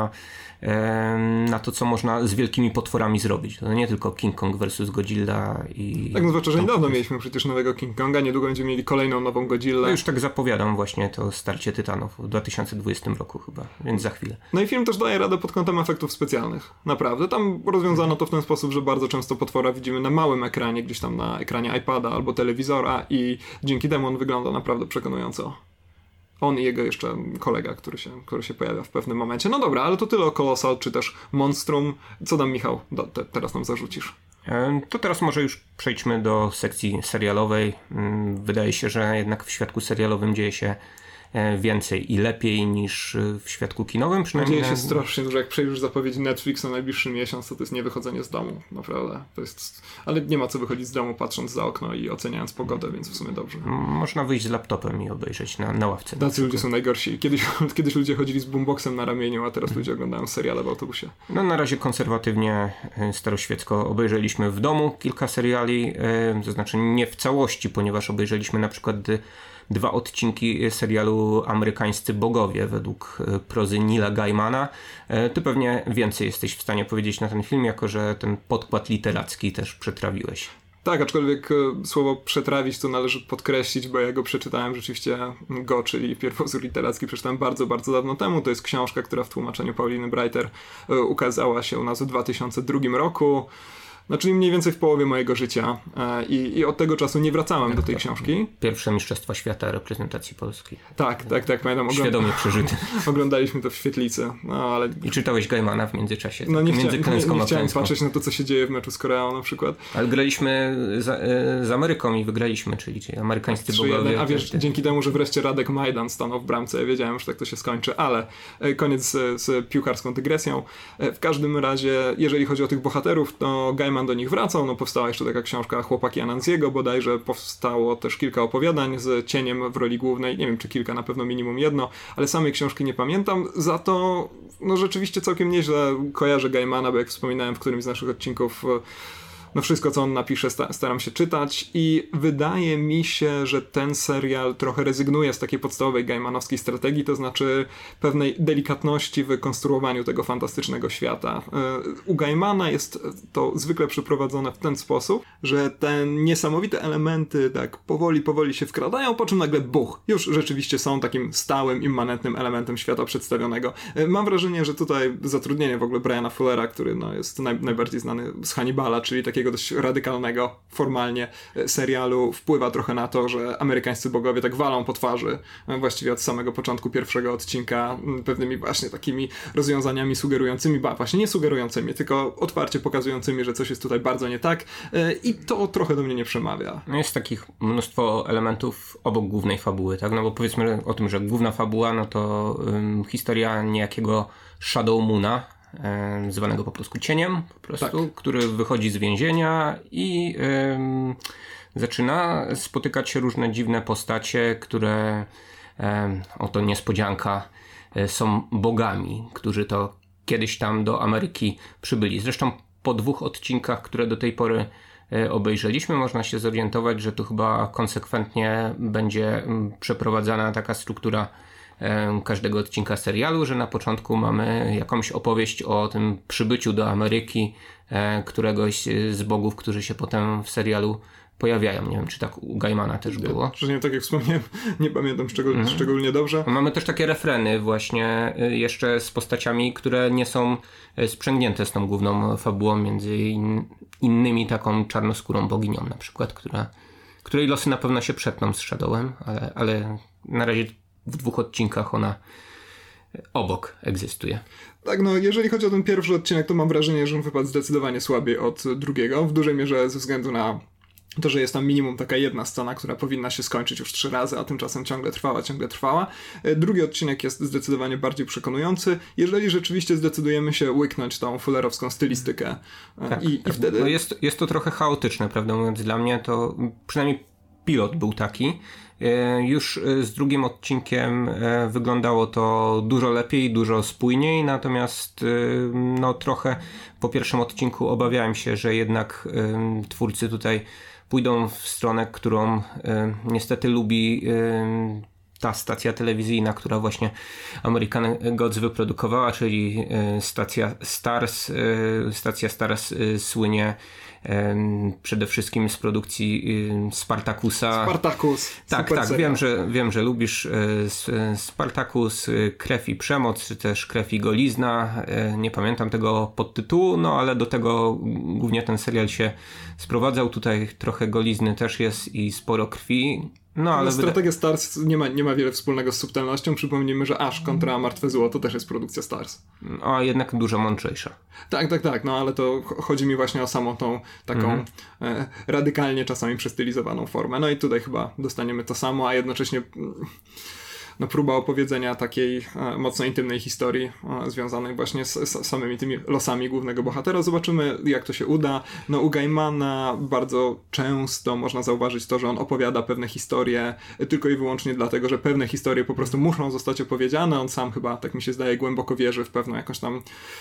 [SPEAKER 2] na to, co można z wielkimi potworami zrobić. To nie tylko King Kong vs. Godzilla i...
[SPEAKER 1] Tak, no zwłaszcza, że niedawno mieliśmy przecież nowego King Konga, niedługo będziemy mieli kolejną nową Godzillę.
[SPEAKER 2] No już tak zapowiadam właśnie to starcie Tytanów w 2020 roku chyba, więc za chwilę.
[SPEAKER 1] No i film też daje radę pod kątem efektów specjalnych. Naprawdę. Tam rozwiązano to w ten sposób, że bardzo często potwora widzimy na małym ekranie, gdzieś tam na ekranie iPada albo telewizora i dzięki temu on wygląda naprawdę przekonująco. On i jego jeszcze kolega, który się pojawia w pewnym momencie. No dobra, ale to tyle o Colossal, czy też Monstrum. Co tam, Michał, teraz nam zarzucisz?
[SPEAKER 2] To teraz może już przejdźmy do sekcji serialowej. Wydaje się, że jednak w świadku serialowym dzieje się więcej i lepiej niż w świadku kinowym.
[SPEAKER 1] Dzieje się strasznie dużo. Jak przejrzysz zapowiedzi Netflix na najbliższy miesiąc, to jest niewychodzenie z domu. Naprawdę. To jest... Ale nie ma co wychodzić z domu, patrząc za okno i oceniając pogodę, więc w sumie dobrze.
[SPEAKER 2] Można wyjść z laptopem i obejrzeć na ławce.
[SPEAKER 1] Tacy ludzie są najgorsi. Kiedyś ludzie chodzili z boomboxem na ramieniu, a teraz ludzie oglądają seriale w autobusie.
[SPEAKER 2] No na razie konserwatywnie, staroświecko obejrzeliśmy w domu kilka seriali, to znaczy nie w całości, ponieważ obejrzeliśmy na przykład 2 odcinki serialu Amerykańscy Bogowie według prozy Neila Gaimana. Ty pewnie więcej jesteś w stanie powiedzieć na ten film, jako że ten podkład literacki też przetrawiłeś. Tak,
[SPEAKER 1] aczkolwiek słowo przetrawić to należy podkreślić, bo ja go przeczytałem rzeczywiście czyli pierwowzór literacki przeczytałem bardzo, bardzo dawno temu. To jest książka, która w tłumaczeniu Pauliny Breiter ukazała się u nas w 2002 roku. No, czyli mniej więcej w połowie mojego życia i od tego czasu nie wracałem do tej książki.
[SPEAKER 2] Pierwsze Mistrzostwa Świata reprezentacji polskiej.
[SPEAKER 1] Tak, pamiętam.
[SPEAKER 2] Świadomie przeżyty.
[SPEAKER 1] Oglądaliśmy to w świetlicy. No, ale...
[SPEAKER 2] I czytałeś Gaimana w międzyczasie.
[SPEAKER 1] No nie chciałem patrzeć na to, co się dzieje w meczu z Koreą na przykład.
[SPEAKER 2] Ale graliśmy z Ameryką i wygraliśmy, czyli amerykańscy bogowie.
[SPEAKER 1] A wiesz, dzięki temu, że wreszcie Radek Majdan stanął w bramce, ja wiedziałem, że tak to się skończy, ale koniec z piłkarską dygresją. W każdym razie, jeżeli chodzi o tych bohaterów, to Gaiman do nich wracał, no powstała jeszcze taka książka Chłopaki Anansiego, bodajże powstało też kilka opowiadań z Cieniem w roli głównej, nie wiem czy kilka, na pewno minimum jedno, ale samej książki nie pamiętam, za to no rzeczywiście całkiem nieźle kojarzę Gaimana, bo jak wspominałem w którymś z naszych odcinków, no wszystko, co on napisze, staram się czytać i wydaje mi się, że ten serial trochę rezygnuje z takiej podstawowej gaimanowskiej strategii, to znaczy pewnej delikatności w konstruowaniu tego fantastycznego świata. U Gaimana jest to zwykle przeprowadzone w ten sposób, że te niesamowite elementy tak powoli się wkradają, po czym nagle już rzeczywiście są takim stałym, immanentnym elementem świata przedstawionego. Mam wrażenie, że tutaj zatrudnienie w ogóle Briana Fullera, który no, jest najbardziej znany z Hannibala, czyli takiego takiego dość radykalnego formalnie serialu wpływa trochę na to, że amerykańscy bogowie tak walą po twarzy właściwie od samego początku pierwszego odcinka pewnymi właśnie takimi rozwiązaniami sugerującymi, właśnie nie sugerującymi, tylko otwarcie pokazującymi, że coś jest tutaj bardzo nie tak i to trochę do mnie nie przemawia.
[SPEAKER 2] No jest takich mnóstwo elementów obok głównej fabuły, tak? No bo powiedzmy o tym, że główna fabuła, no to historia niejakiego Shadow Moona, zwanego po prostu Cieniem, który wychodzi z więzienia i zaczyna spotykać się różne dziwne postacie, które oto niespodzianka są bogami, którzy to kiedyś tam do Ameryki przybyli. Zresztą po 2 odcinkach, które do tej pory obejrzeliśmy, można się zorientować, że tu chyba konsekwentnie będzie przeprowadzana taka struktura każdego odcinka serialu, że na początku mamy jakąś opowieść o tym przybyciu do Ameryki któregoś z bogów, którzy się potem w serialu pojawiają. Nie wiem, czy tak u Gaimana też było.
[SPEAKER 1] Że nie, tak jak wspomniałem, nie pamiętam szczególnie dobrze.
[SPEAKER 2] Mamy też takie refreny właśnie jeszcze z postaciami, które nie są sprzęgnięte z tą główną fabułą, między innymi taką czarnoskórą boginią na przykład, której losy na pewno się przetną z Shadowem, ale na razie w 2 odcinkach ona obok egzystuje.
[SPEAKER 1] Tak, no jeżeli chodzi o ten pierwszy odcinek, to mam wrażenie, że on wypadł zdecydowanie słabiej od drugiego, w dużej mierze ze względu na to, że jest tam minimum taka jedna scena, która powinna się skończyć już 3 razy, a tymczasem ciągle trwała. Drugi odcinek jest zdecydowanie bardziej przekonujący, jeżeli rzeczywiście zdecydujemy się łyknąć tą fullerowską stylistykę.
[SPEAKER 2] Tak,
[SPEAKER 1] I wtedy...
[SPEAKER 2] No jest to trochę chaotyczne, prawdę mówiąc, dla mnie to przynajmniej pilot był taki. Już z drugim odcinkiem wyglądało to dużo lepiej, dużo spójniej, natomiast no trochę po pierwszym odcinku obawiałem się, że jednak twórcy tutaj pójdą w stronę, którą niestety lubi ta stacja telewizyjna, która właśnie American Gods wyprodukowała, czyli stacja Stars słynie przede wszystkim z produkcji Spartacusa.
[SPEAKER 1] Spartacus.
[SPEAKER 2] Tak, wiem, że lubisz Spartacus, Krew i Przemoc, czy też Krew i Golizna. Nie pamiętam tego podtytułu, no ale do tego głównie ten serial się sprowadzał. Tutaj trochę golizny też jest i sporo krwi. No, ale
[SPEAKER 1] strategia Stars nie ma wiele wspólnego z subtelnością. Przypomnijmy, że Ash kontra Martwe Zło to też jest produkcja Stars.
[SPEAKER 2] A jednak dużo mądrzejsza.
[SPEAKER 1] Tak, no ale to chodzi mi właśnie o samą tą taką radykalnie czasami przestylizowaną formę. No i tutaj chyba dostaniemy to samo, a jednocześnie no, próba opowiedzenia takiej mocno intymnej historii związanej właśnie z samymi tymi losami głównego bohatera. Zobaczymy, jak to się uda. No, u Gaimana bardzo często można zauważyć to, że on opowiada pewne historie tylko i wyłącznie dlatego, że pewne historie po prostu muszą zostać opowiedziane. On sam chyba, tak mi się zdaje, głęboko wierzy w pewną jakąś tam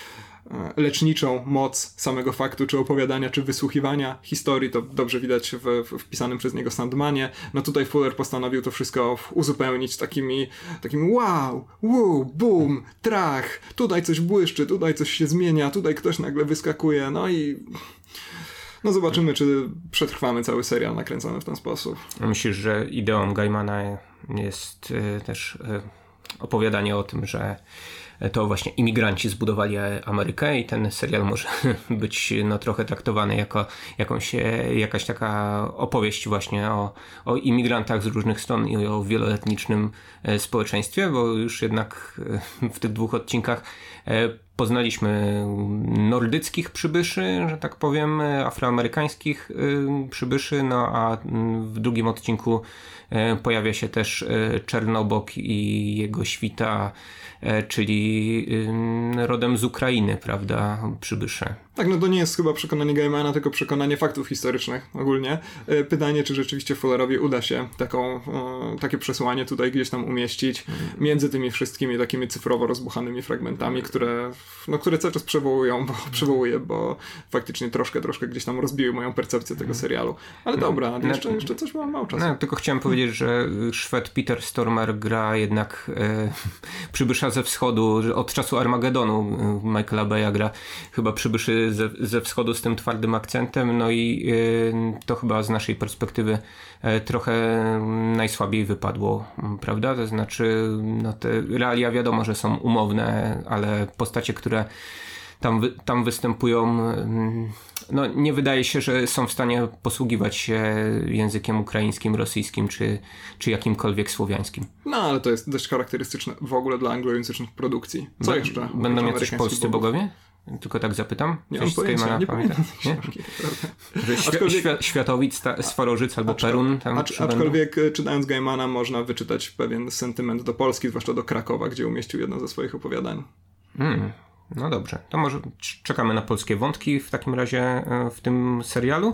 [SPEAKER 1] leczniczą moc samego faktu, czy opowiadania, czy wysłuchiwania historii. To dobrze widać w wpisanym przez niego Sandmanie. No tutaj Fuller postanowił to wszystko uzupełnić takimi wow, boom, trach, tutaj coś błyszczy, tutaj coś się zmienia, tutaj ktoś nagle wyskakuje, no i no zobaczymy, czy przetrwamy cały serial nakręcony w ten sposób.
[SPEAKER 2] Myślisz, że ideą Gaimana jest też opowiadanie o tym, że to właśnie imigranci zbudowali Amerykę i ten serial może być no, trochę traktowany jako jakaś taka opowieść właśnie o imigrantach z różnych stron i o wieloetnicznym społeczeństwie, bo już jednak w tych 2 odcinkach poznaliśmy nordyckich przybyszy, że tak powiem, afroamerykańskich przybyszy, no a w drugim odcinku pojawia się też Czernobog i jego świta, czyli rodem z Ukrainy, prawda, przybysze.
[SPEAKER 1] Tak, no to nie jest chyba przekonanie Gaimana, tylko przekonanie faktów historycznych ogólnie. Pytanie, czy rzeczywiście Fullerowi uda się takie przesłanie tutaj gdzieś tam umieścić między tymi wszystkimi takimi cyfrowo rozbuchanymi fragmentami, które cały czas przywołuję, bo faktycznie troszkę gdzieś tam rozbiły moją percepcję tego serialu. Ale dobra, jeszcze coś mam mało czasu.
[SPEAKER 2] No, tylko chciałem powiedzieć, że Szwed Peter Stormare gra jednak przybysza ze wschodu, od czasu Armagedonu Michaela Baya gra chyba przybyszy ze wschodu z tym twardym akcentem, no i to chyba z naszej perspektywy trochę najsłabiej wypadło, prawda? To znaczy, no te realia wiadomo, że są umowne, ale postacie, które tam występują, no nie wydaje się, że są w stanie posługiwać się językiem ukraińskim, rosyjskim czy jakimkolwiek słowiańskim.
[SPEAKER 1] No ale to jest dość charakterystyczne w ogóle dla anglojęzycznych produkcji. Co jeszcze?
[SPEAKER 2] Będą jacyś polscy bogowie? Tylko tak zapytam.
[SPEAKER 1] Nie mam pojęcia, nie pamiętam tej książki.
[SPEAKER 2] Światowicz, Swarożyc albo Perun.
[SPEAKER 1] Aczkolwiek czytając Gaimana można wyczytać pewien sentyment do Polski, zwłaszcza do Krakowa, gdzie umieścił jedno ze swoich opowiadań.
[SPEAKER 2] No dobrze, to może czekamy na polskie wątki w takim razie w tym serialu.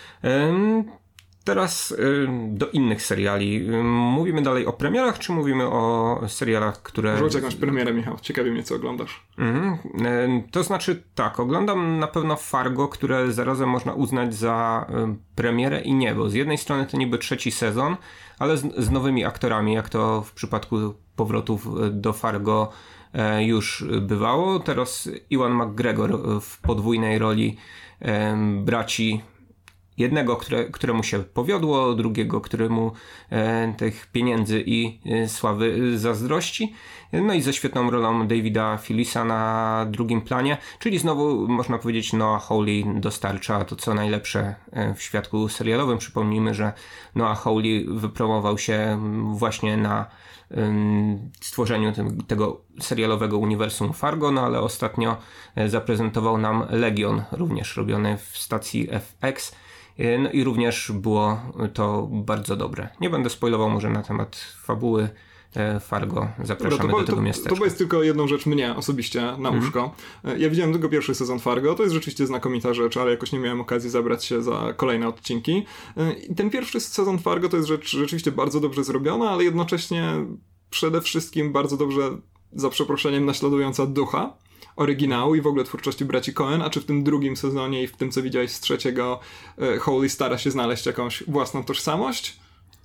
[SPEAKER 2] Teraz do innych seriali. Mówimy dalej o premierach, czy mówimy o serialach, które...
[SPEAKER 1] Rzuć jakąś premierę, Michał. Ciekawi mnie, co oglądasz.
[SPEAKER 2] To znaczy tak, oglądam na pewno Fargo, które zarazem można uznać za premierę i nie, bo z jednej strony to niby 3. sezon, ale z nowymi aktorami, jak to w przypadku powrotów do Fargo już bywało. Teraz Ewan McGregor w podwójnej roli braci, jednego, któremu się powiodło, drugiego, któremu tych pieniędzy i sławy zazdrości. No i ze świetną rolą Davida Phillipsa na drugim planie, czyli znowu można powiedzieć Noah Hawley dostarcza to co najlepsze w świadku serialowym. Przypomnijmy, że Noah Hawley wypromował się właśnie na stworzeniu tego serialowego uniwersum Fargo, no ale ostatnio zaprezentował nam Legion, również robiony w stacji FX. No i również było to bardzo dobre. Nie będę spoilował może na temat fabuły Fargo. Zapraszamy do tego miasteczka.
[SPEAKER 1] To jest tylko jedną rzecz mnie osobiście na uszko. Ja widziałem tylko pierwszy sezon Fargo. To jest rzeczywiście znakomita rzecz, ale jakoś nie miałem okazji zabrać się za kolejne odcinki. I ten pierwszy sezon Fargo to jest rzecz rzeczywiście bardzo dobrze zrobiona, ale jednocześnie przede wszystkim bardzo dobrze, za przeproszeniem, naśladująca ducha oryginału i w ogóle twórczości braci Coen, a czy w tym drugim sezonie i w tym, co widziałeś z 3, Hawley stara się znaleźć jakąś własną tożsamość?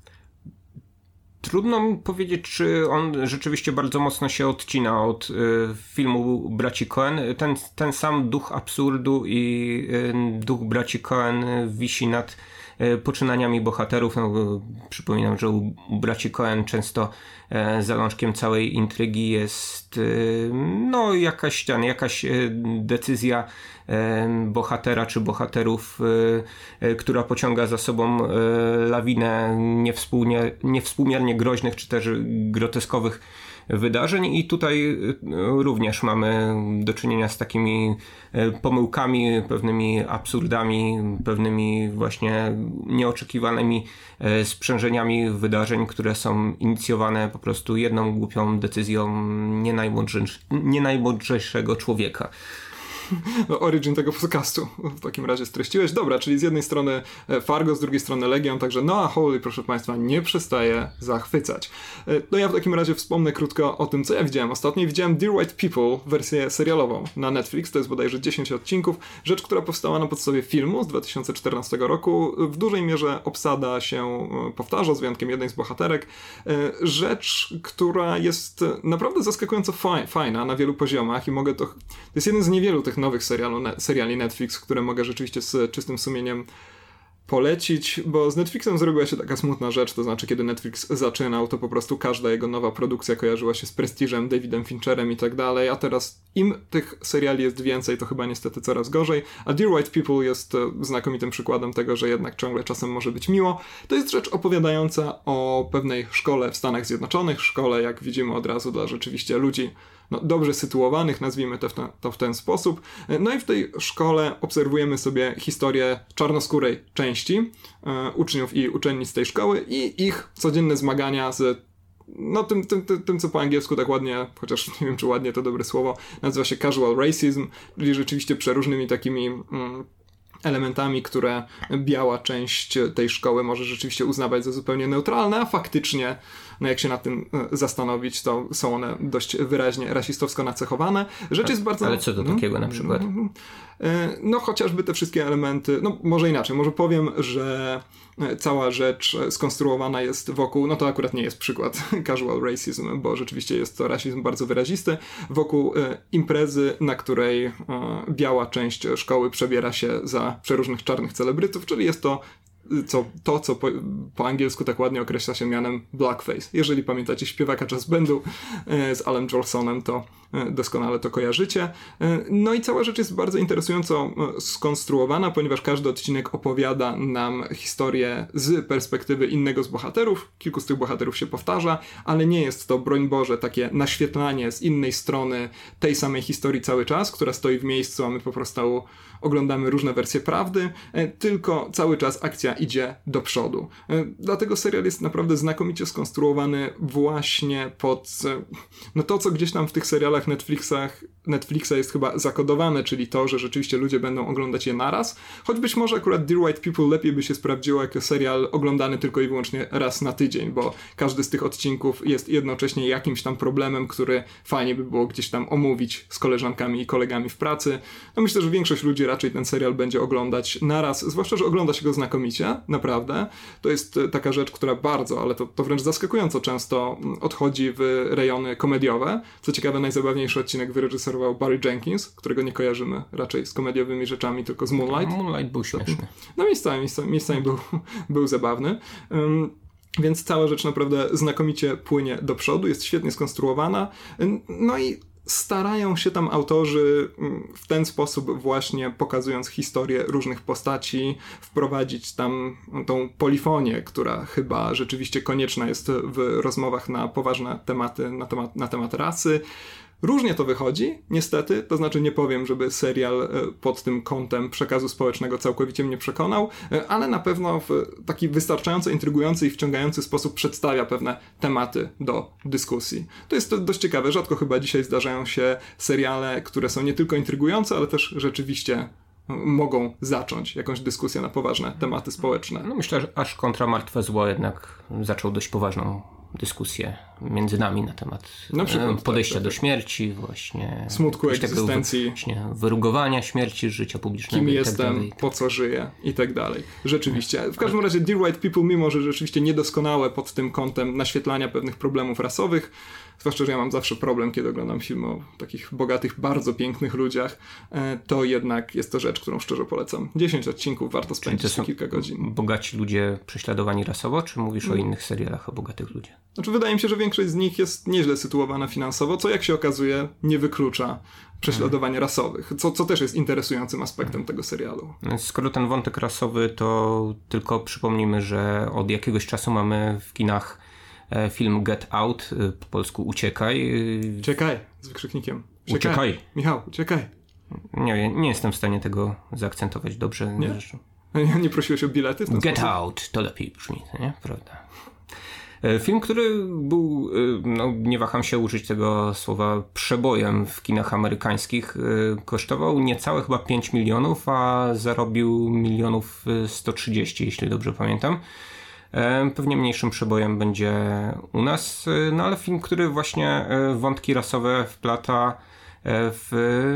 [SPEAKER 2] Trudno mi powiedzieć, czy on rzeczywiście bardzo mocno się odcina od filmu braci Coen. Ten sam duch absurdu i duch braci Coen wisi nad poczynaniami bohaterów. No, przypominam, że u braci Coen często zalążkiem całej intrygi jest no jakaś decyzja bohatera czy bohaterów, która pociąga za sobą lawinę niewspółmiernie groźnych czy też groteskowych wydarzeń i tutaj również mamy do czynienia z takimi pomyłkami, pewnymi absurdami, pewnymi właśnie nieoczekiwanymi sprzężeniami wydarzeń, które są inicjowane po prostu jedną głupią decyzją nie najmądrzejszego człowieka.
[SPEAKER 1] Origin tego podcastu w takim razie streściłeś. Dobra, czyli z jednej strony Fargo, z drugiej strony Legion, także Noah Hawley, proszę Państwa, nie przestaje zachwycać. No ja w takim razie wspomnę krótko o tym, co ja widziałem ostatnio. Widziałem Dear White People, wersję serialową na Netflix, to jest bodajże 10 odcinków. Rzecz, która powstała na podstawie filmu z 2014 roku. W dużej mierze obsada się powtarza, z wyjątkiem jednej z bohaterek. Rzecz, która jest naprawdę zaskakująco fajna na wielu poziomach i mogę to jest jeden z niewielu tych nowych seriali Netflix, które mogę rzeczywiście z czystym sumieniem polecić, bo z Netflixem zrobiła się taka smutna rzecz, to znaczy kiedy Netflix zaczynał, to po prostu każda jego nowa produkcja kojarzyła się z prestiżem, Davidem Fincherem i tak dalej, a teraz im tych seriali jest więcej, to chyba niestety coraz gorzej, a Dear White People jest znakomitym przykładem tego, że jednak ciągle czasem może być miło. To jest rzecz opowiadająca o pewnej szkole w Stanach Zjednoczonych, szkole, jak widzimy od razu, dla rzeczywiście ludzi dobrze sytuowanych, nazwijmy to w ten sposób. No i w tej szkole obserwujemy sobie historię czarnoskórej części uczniów i uczennic tej szkoły i ich codzienne zmagania z tym, co po angielsku tak ładnie, chociaż nie wiem, czy ładnie to dobre słowo, nazywa się casual racism, czyli rzeczywiście przeróżnymi takimi elementami, które biała część tej szkoły może rzeczywiście uznawać za zupełnie neutralne, a faktycznie, no jak się nad tym zastanowić, to są one dość wyraźnie rasistowsko nacechowane. Rzecz jest bardzo...
[SPEAKER 2] Ale co do takiego na przykład?
[SPEAKER 1] No chociażby te wszystkie elementy, no może inaczej, może powiem, że cała rzecz skonstruowana jest wokół, no to akurat nie jest przykład casual racism, bo rzeczywiście jest to rasizm bardzo wyrazisty, wokół imprezy, na której biała część szkoły przebiera się za przeróżnych czarnych celebrytów, czyli jest to co po angielsku tak ładnie określa się mianem blackface. Jeżeli pamiętacie śpiewaka jazz bandu z Alem Jolsonem, to doskonale to kojarzycie. No i cała rzecz jest bardzo interesująco skonstruowana, ponieważ każdy odcinek opowiada nam historię z perspektywy innego z bohaterów. Kilku z tych bohaterów się powtarza, ale nie jest to, broń Boże, takie naświetlanie z innej strony tej samej historii cały czas, która stoi w miejscu, a my po prostu oglądamy różne wersje prawdy, tylko cały czas akcja idzie do przodu. Dlatego serial jest naprawdę znakomicie skonstruowany właśnie pod to, co gdzieś tam w tych serialach Netflixa jest chyba zakodowane, czyli to, że rzeczywiście ludzie będą oglądać je naraz, choć być może akurat Dear White People lepiej by się sprawdziło jako serial oglądany tylko i wyłącznie raz na tydzień, bo każdy z tych odcinków jest jednocześnie jakimś tam problemem, który fajnie by było gdzieś tam omówić z koleżankami i kolegami w pracy. No myślę, że większość ludzi raczej ten serial będzie oglądać naraz, zwłaszcza, że ogląda się go znakomicie, naprawdę. To jest taka rzecz, która bardzo, ale to wręcz zaskakująco często odchodzi w rejony komediowe. Co ciekawe, najzabawniejszy odcinek wyreżyserował Barry Jenkins, którego nie kojarzymy raczej z komediowymi rzeczami, tylko z Moonlight.
[SPEAKER 2] Moonlight był śmieszny.
[SPEAKER 1] No miejscami był zabawny. Więc cała rzecz naprawdę znakomicie płynie do przodu, jest świetnie skonstruowana. No i starają się tam autorzy w ten sposób właśnie, pokazując historię różnych postaci, wprowadzić tam tą polifonię, która chyba rzeczywiście konieczna jest w rozmowach na poważne tematy, na temat rasy. Różnie to wychodzi, niestety, to znaczy nie powiem, żeby serial pod tym kątem przekazu społecznego całkowicie mnie przekonał, ale na pewno w taki wystarczająco intrygujący i wciągający sposób przedstawia pewne tematy do dyskusji. To jest dość ciekawe, rzadko chyba dzisiaj zdarzają się seriale, które są nie tylko intrygujące, ale też rzeczywiście mogą zacząć jakąś dyskusję na poważne tematy społeczne.
[SPEAKER 2] No myślę, że aż kontra Martwe Zło jednak zaczął dość poważną dyskusję między nami na temat podejścia do śmierci, właśnie
[SPEAKER 1] smutku egzystencji,
[SPEAKER 2] właśnie wyrugowania śmierci, życia publicznego.
[SPEAKER 1] Kim jestem, po co żyję i tak dalej. Rzeczywiście. W każdym razie Dear White People, mimo że rzeczywiście niedoskonałe pod tym kątem naświetlania pewnych problemów rasowych, zwłaszcza, że ja mam zawsze problem, kiedy oglądam film o takich bogatych, bardzo pięknych ludziach, to jednak jest to rzecz, którą szczerze polecam. 10 odcinków, warto spędzić kilka godzin.
[SPEAKER 2] Bogaci ludzie prześladowani rasowo, czy mówisz o innych serialach o bogatych ludziach?
[SPEAKER 1] Znaczy, wydaje mi się, że większość z nich jest nieźle sytuowana finansowo, co jak się okazuje nie wyklucza prześladowań rasowych, co też jest interesującym aspektem tego serialu.
[SPEAKER 2] Skoro ten wątek rasowy, to tylko przypomnijmy, że od jakiegoś czasu mamy w kinach film Get Out, po polsku Uciekaj.
[SPEAKER 1] Uciekaj, z wykrzyknikiem.
[SPEAKER 2] Uciekaj.
[SPEAKER 1] Michał, uciekaj.
[SPEAKER 2] Nie jestem w stanie tego zaakcentować dobrze.
[SPEAKER 1] Nie? Nie prosiłeś o bilety w ten
[SPEAKER 2] Get
[SPEAKER 1] sposób?
[SPEAKER 2] Out, to lepiej brzmi, nie? Prawda. Film, który był, nie waham się użyć tego słowa, przebojem w kinach amerykańskich, kosztował niecałe chyba 5 milionów, a zarobił 1,130 jeśli dobrze pamiętam. Pewnie mniejszym przebojem będzie u nas, no ale film, który właśnie wątki rasowe wplata w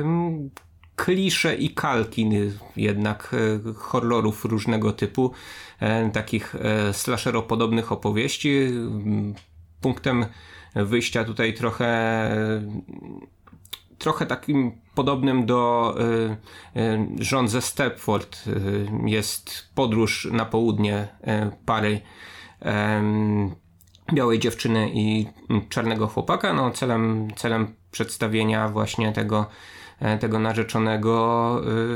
[SPEAKER 2] klisze i kalki jednak horrorów różnego typu, takich slasheropodobnych opowieści. Punktem wyjścia tutaj trochę takim podobnym do Żon ze Stepford jest podróż na południe pary białej dziewczyny i czarnego chłopaka. No, celem przedstawienia właśnie tego narzeczonego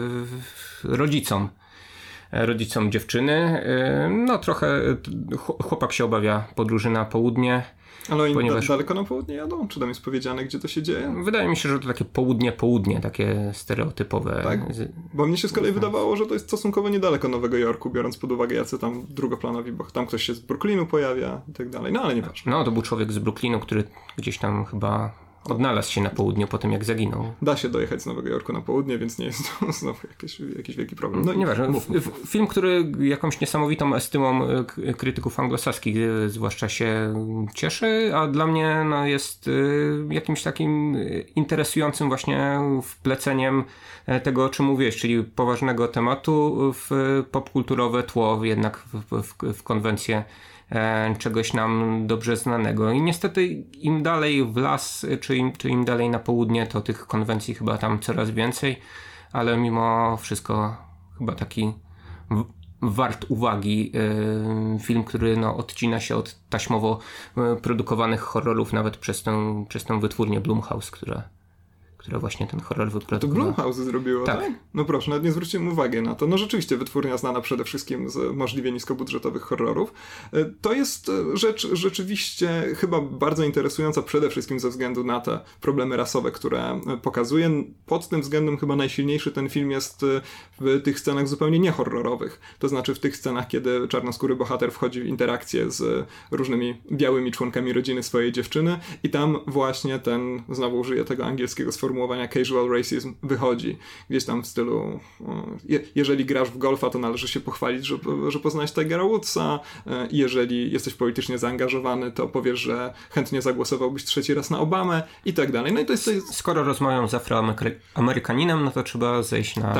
[SPEAKER 2] rodzicom dziewczyny. No trochę chłopak się obawia podróży na południe.
[SPEAKER 1] Ale oni daleko na południe jadą? Czy tam jest powiedziane, gdzie to się dzieje?
[SPEAKER 2] Wydaje mi się, że to takie południe, takie stereotypowe.
[SPEAKER 1] Tak? Bo mnie się z kolei wydawało, że to jest stosunkowo niedaleko Nowego Jorku, biorąc pod uwagę, jacy tam drugoplanowi, bo tam ktoś się z Brooklynu pojawia i tak dalej. No ale nieważne.
[SPEAKER 2] No to był człowiek z Brooklynu, który gdzieś tam chyba odnalazł się na południu po tym, jak zaginął.
[SPEAKER 1] Da się dojechać z Nowego Jorku na południe, więc nie jest to znowu jakiś wielki problem.
[SPEAKER 2] No nieważne. Film, który jakąś niesamowitą estymą krytyków anglosaskich zwłaszcza się cieszy, a dla mnie jest jakimś takim interesującym właśnie wpleceniem tego, o czym mówiłeś, czyli poważnego tematu w popkulturowe tło, jednak w konwencję czegoś nam dobrze znanego. I niestety im dalej w las, czy im dalej na południe, to tych konwencji chyba tam coraz więcej, ale mimo wszystko chyba taki wart uwagi. Film, który odcina się od taśmowo produkowanych horrorów nawet przez tę wytwórnię Blumhouse, która właśnie ten horror wyprodukowała.
[SPEAKER 1] To Blumhouse zrobiło, tak? No proszę, nawet nie zwróciłem uwagi na to. No rzeczywiście wytwórnia znana przede wszystkim z możliwie niskobudżetowych horrorów. To jest rzecz rzeczywiście chyba bardzo interesująca przede wszystkim ze względu na te problemy rasowe, które pokazuje. Pod tym względem chyba najsilniejszy ten film jest w tych scenach zupełnie niehorrorowych. To znaczy w tych scenach, kiedy czarnoskóry bohater wchodzi w interakcję z różnymi białymi członkami rodziny swojej dziewczyny i tam właśnie ten, znowu użyję tego angielskiego sformułowania, casual racism wychodzi. Gdzieś tam w stylu jeżeli grasz w golfa, to należy się pochwalić, że poznałeś Tigera Woodsa. Jeżeli jesteś politycznie zaangażowany, to powiesz, że chętnie zagłosowałbyś 3. raz na Obamę i tak dalej. No i to jest...
[SPEAKER 2] Skoro rozmawiam z Afroamerykaninem, no to trzeba zejść na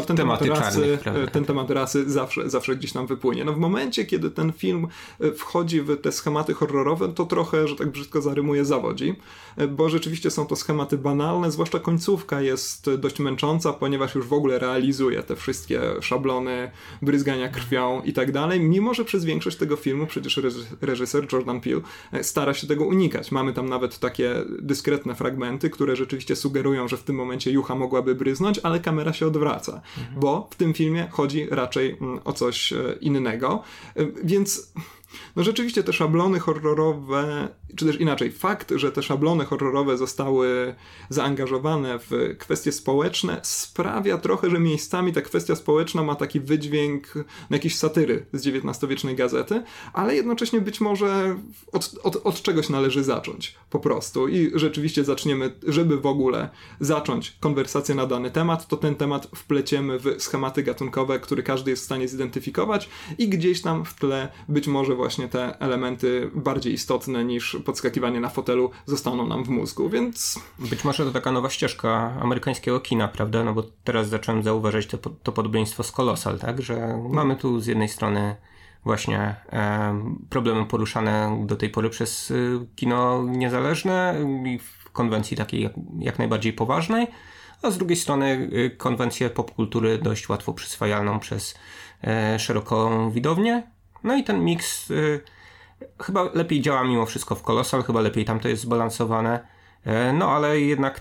[SPEAKER 1] ten temat rasy zawsze gdzieś tam wypłynie. No w momencie, kiedy ten film wchodzi w te schematy horrorowe, to trochę, że tak brzydko zarymuje, zawodzi, bo rzeczywiście są to schematy banalne, zwłaszcza końcówka jest dość męcząca, ponieważ już w ogóle realizuje te wszystkie szablony bryzgania krwią i tak dalej, mimo że przez większość tego filmu przecież reżyser Jordan Peele stara się tego unikać. Mamy tam nawet takie dyskretne fragmenty, które rzeczywiście sugerują, że w tym momencie jucha mogłaby bryznąć, ale kamera się odwraca, bo w tym filmie chodzi raczej o coś innego, więc... No rzeczywiście te szablony horrorowe, czy też inaczej, fakt, że te szablony horrorowe zostały zaangażowane w kwestie społeczne sprawia trochę, że miejscami ta kwestia społeczna ma taki wydźwięk jakiejś satyry z XIX-wiecznej gazety, ale jednocześnie być może od czegoś należy zacząć po prostu i rzeczywiście zaczniemy, żeby w ogóle zacząć konwersację na dany temat, to ten temat wpleciemy w schematy gatunkowe, które każdy jest w stanie zidentyfikować i gdzieś tam w tle być może właśnie te elementy bardziej istotne niż podskakiwanie na fotelu zostaną nam w mózgu, więc...
[SPEAKER 2] Być może to taka nowa ścieżka amerykańskiego kina, prawda? No bo teraz zacząłem zauważać to podobieństwo z Colossal, tak? Że mamy tu z jednej strony właśnie problemy poruszane do tej pory przez kino niezależne i w konwencji takiej jak najbardziej poważnej, a z drugiej strony konwencję popkultury dość łatwo przyswajalną przez szeroką widownię. No i ten miks chyba lepiej działa mimo wszystko w Colossal, chyba lepiej tam to jest zbalansowane. No ale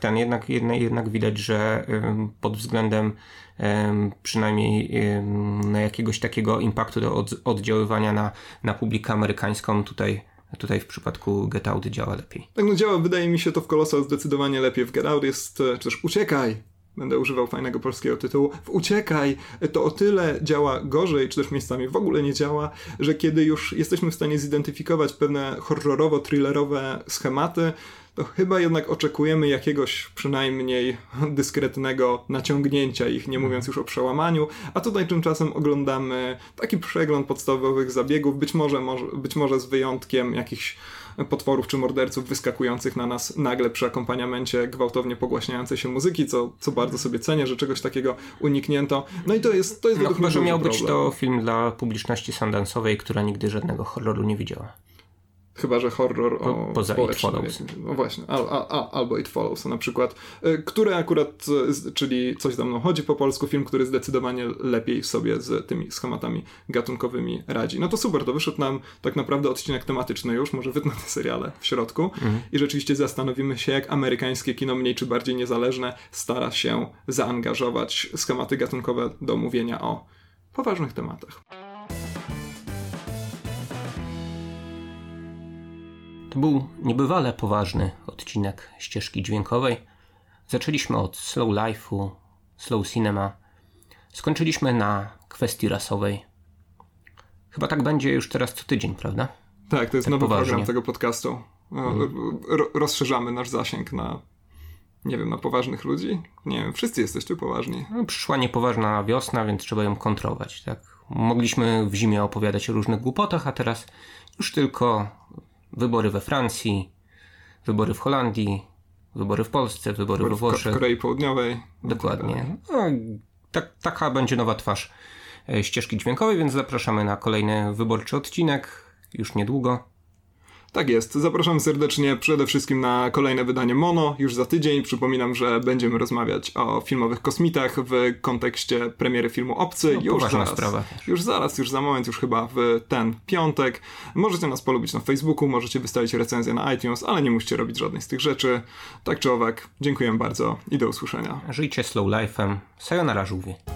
[SPEAKER 2] jednak widać, że pod względem przynajmniej jakiegoś takiego impaktu do oddziaływania na publikę amerykańską tutaj w przypadku Get Out działa lepiej.
[SPEAKER 1] Tak, no działa, wydaje mi się to w Colossal zdecydowanie lepiej. W Get Out jest, czy też Uciekaj, będę używał fajnego polskiego tytułu, w Uciekaj to o tyle działa gorzej, czy też miejscami w ogóle nie działa, że kiedy już jesteśmy w stanie zidentyfikować pewne horrorowo-thrillerowe schematy, to chyba jednak oczekujemy jakiegoś przynajmniej dyskretnego naciągnięcia ich, nie mówiąc już o przełamaniu, a tutaj tymczasem oglądamy taki przegląd podstawowych zabiegów, być może z wyjątkiem jakichś potworów czy morderców wyskakujących na nas nagle przy akompaniamencie gwałtownie pogłaśniającej się muzyki, co bardzo sobie cenię, że czegoś takiego uniknięto. No i to jest
[SPEAKER 2] no chyba, że miał być to film dla publiczności sundance'owej, która nigdy żadnego horroru nie widziała.
[SPEAKER 1] Chyba że horror
[SPEAKER 2] poza It Follows.
[SPEAKER 1] No właśnie, albo It Follows na przykład, które akurat, czyli Coś za mną chodzi po polsku, film, który zdecydowanie lepiej sobie z tymi schematami gatunkowymi radzi. No to super, to wyszedł nam tak naprawdę odcinek tematyczny już, może wytnę te seriale w środku i rzeczywiście zastanowimy się, jak amerykańskie kino mniej czy bardziej niezależne stara się zaangażować schematy gatunkowe do mówienia o poważnych tematach.
[SPEAKER 2] To był niebywale poważny odcinek ścieżki dźwiękowej. Zaczęliśmy od slow life'u, slow cinema. Skończyliśmy na kwestii rasowej. Chyba tak będzie już teraz co tydzień, prawda?
[SPEAKER 1] Tak, to jest nowy program tego podcastu. Rozszerzamy nasz zasięg na, nie wiem, na poważnych ludzi. Nie wiem, wszyscy jesteście poważni.
[SPEAKER 2] No, przyszła niepoważna wiosna, więc trzeba ją kontrolować, tak? Mogliśmy w zimie opowiadać o różnych głupotach, a teraz już tylko wybory we Francji, wybory w Holandii, wybory w Polsce, wybory we Włoszech.
[SPEAKER 1] W Korei Południowej.
[SPEAKER 2] Dokładnie. No, taka będzie nowa twarz ścieżki dźwiękowej, więc zapraszamy na kolejny wyborczy odcinek już niedługo.
[SPEAKER 1] Tak jest. Zapraszam serdecznie przede wszystkim na kolejne wydanie Mono już za tydzień. Przypominam, że będziemy rozmawiać o filmowych kosmitach w kontekście premiery filmu Obcy.
[SPEAKER 2] No, poważna sprawa.
[SPEAKER 1] Już za moment, już chyba w ten piątek. Możecie nas polubić na Facebooku, możecie wystawić recenzję na iTunes, ale nie musicie robić żadnej z tych rzeczy. Tak czy owak, dziękuję bardzo i do usłyszenia.
[SPEAKER 2] Żyjcie slow life'em. Sayonara żółwie.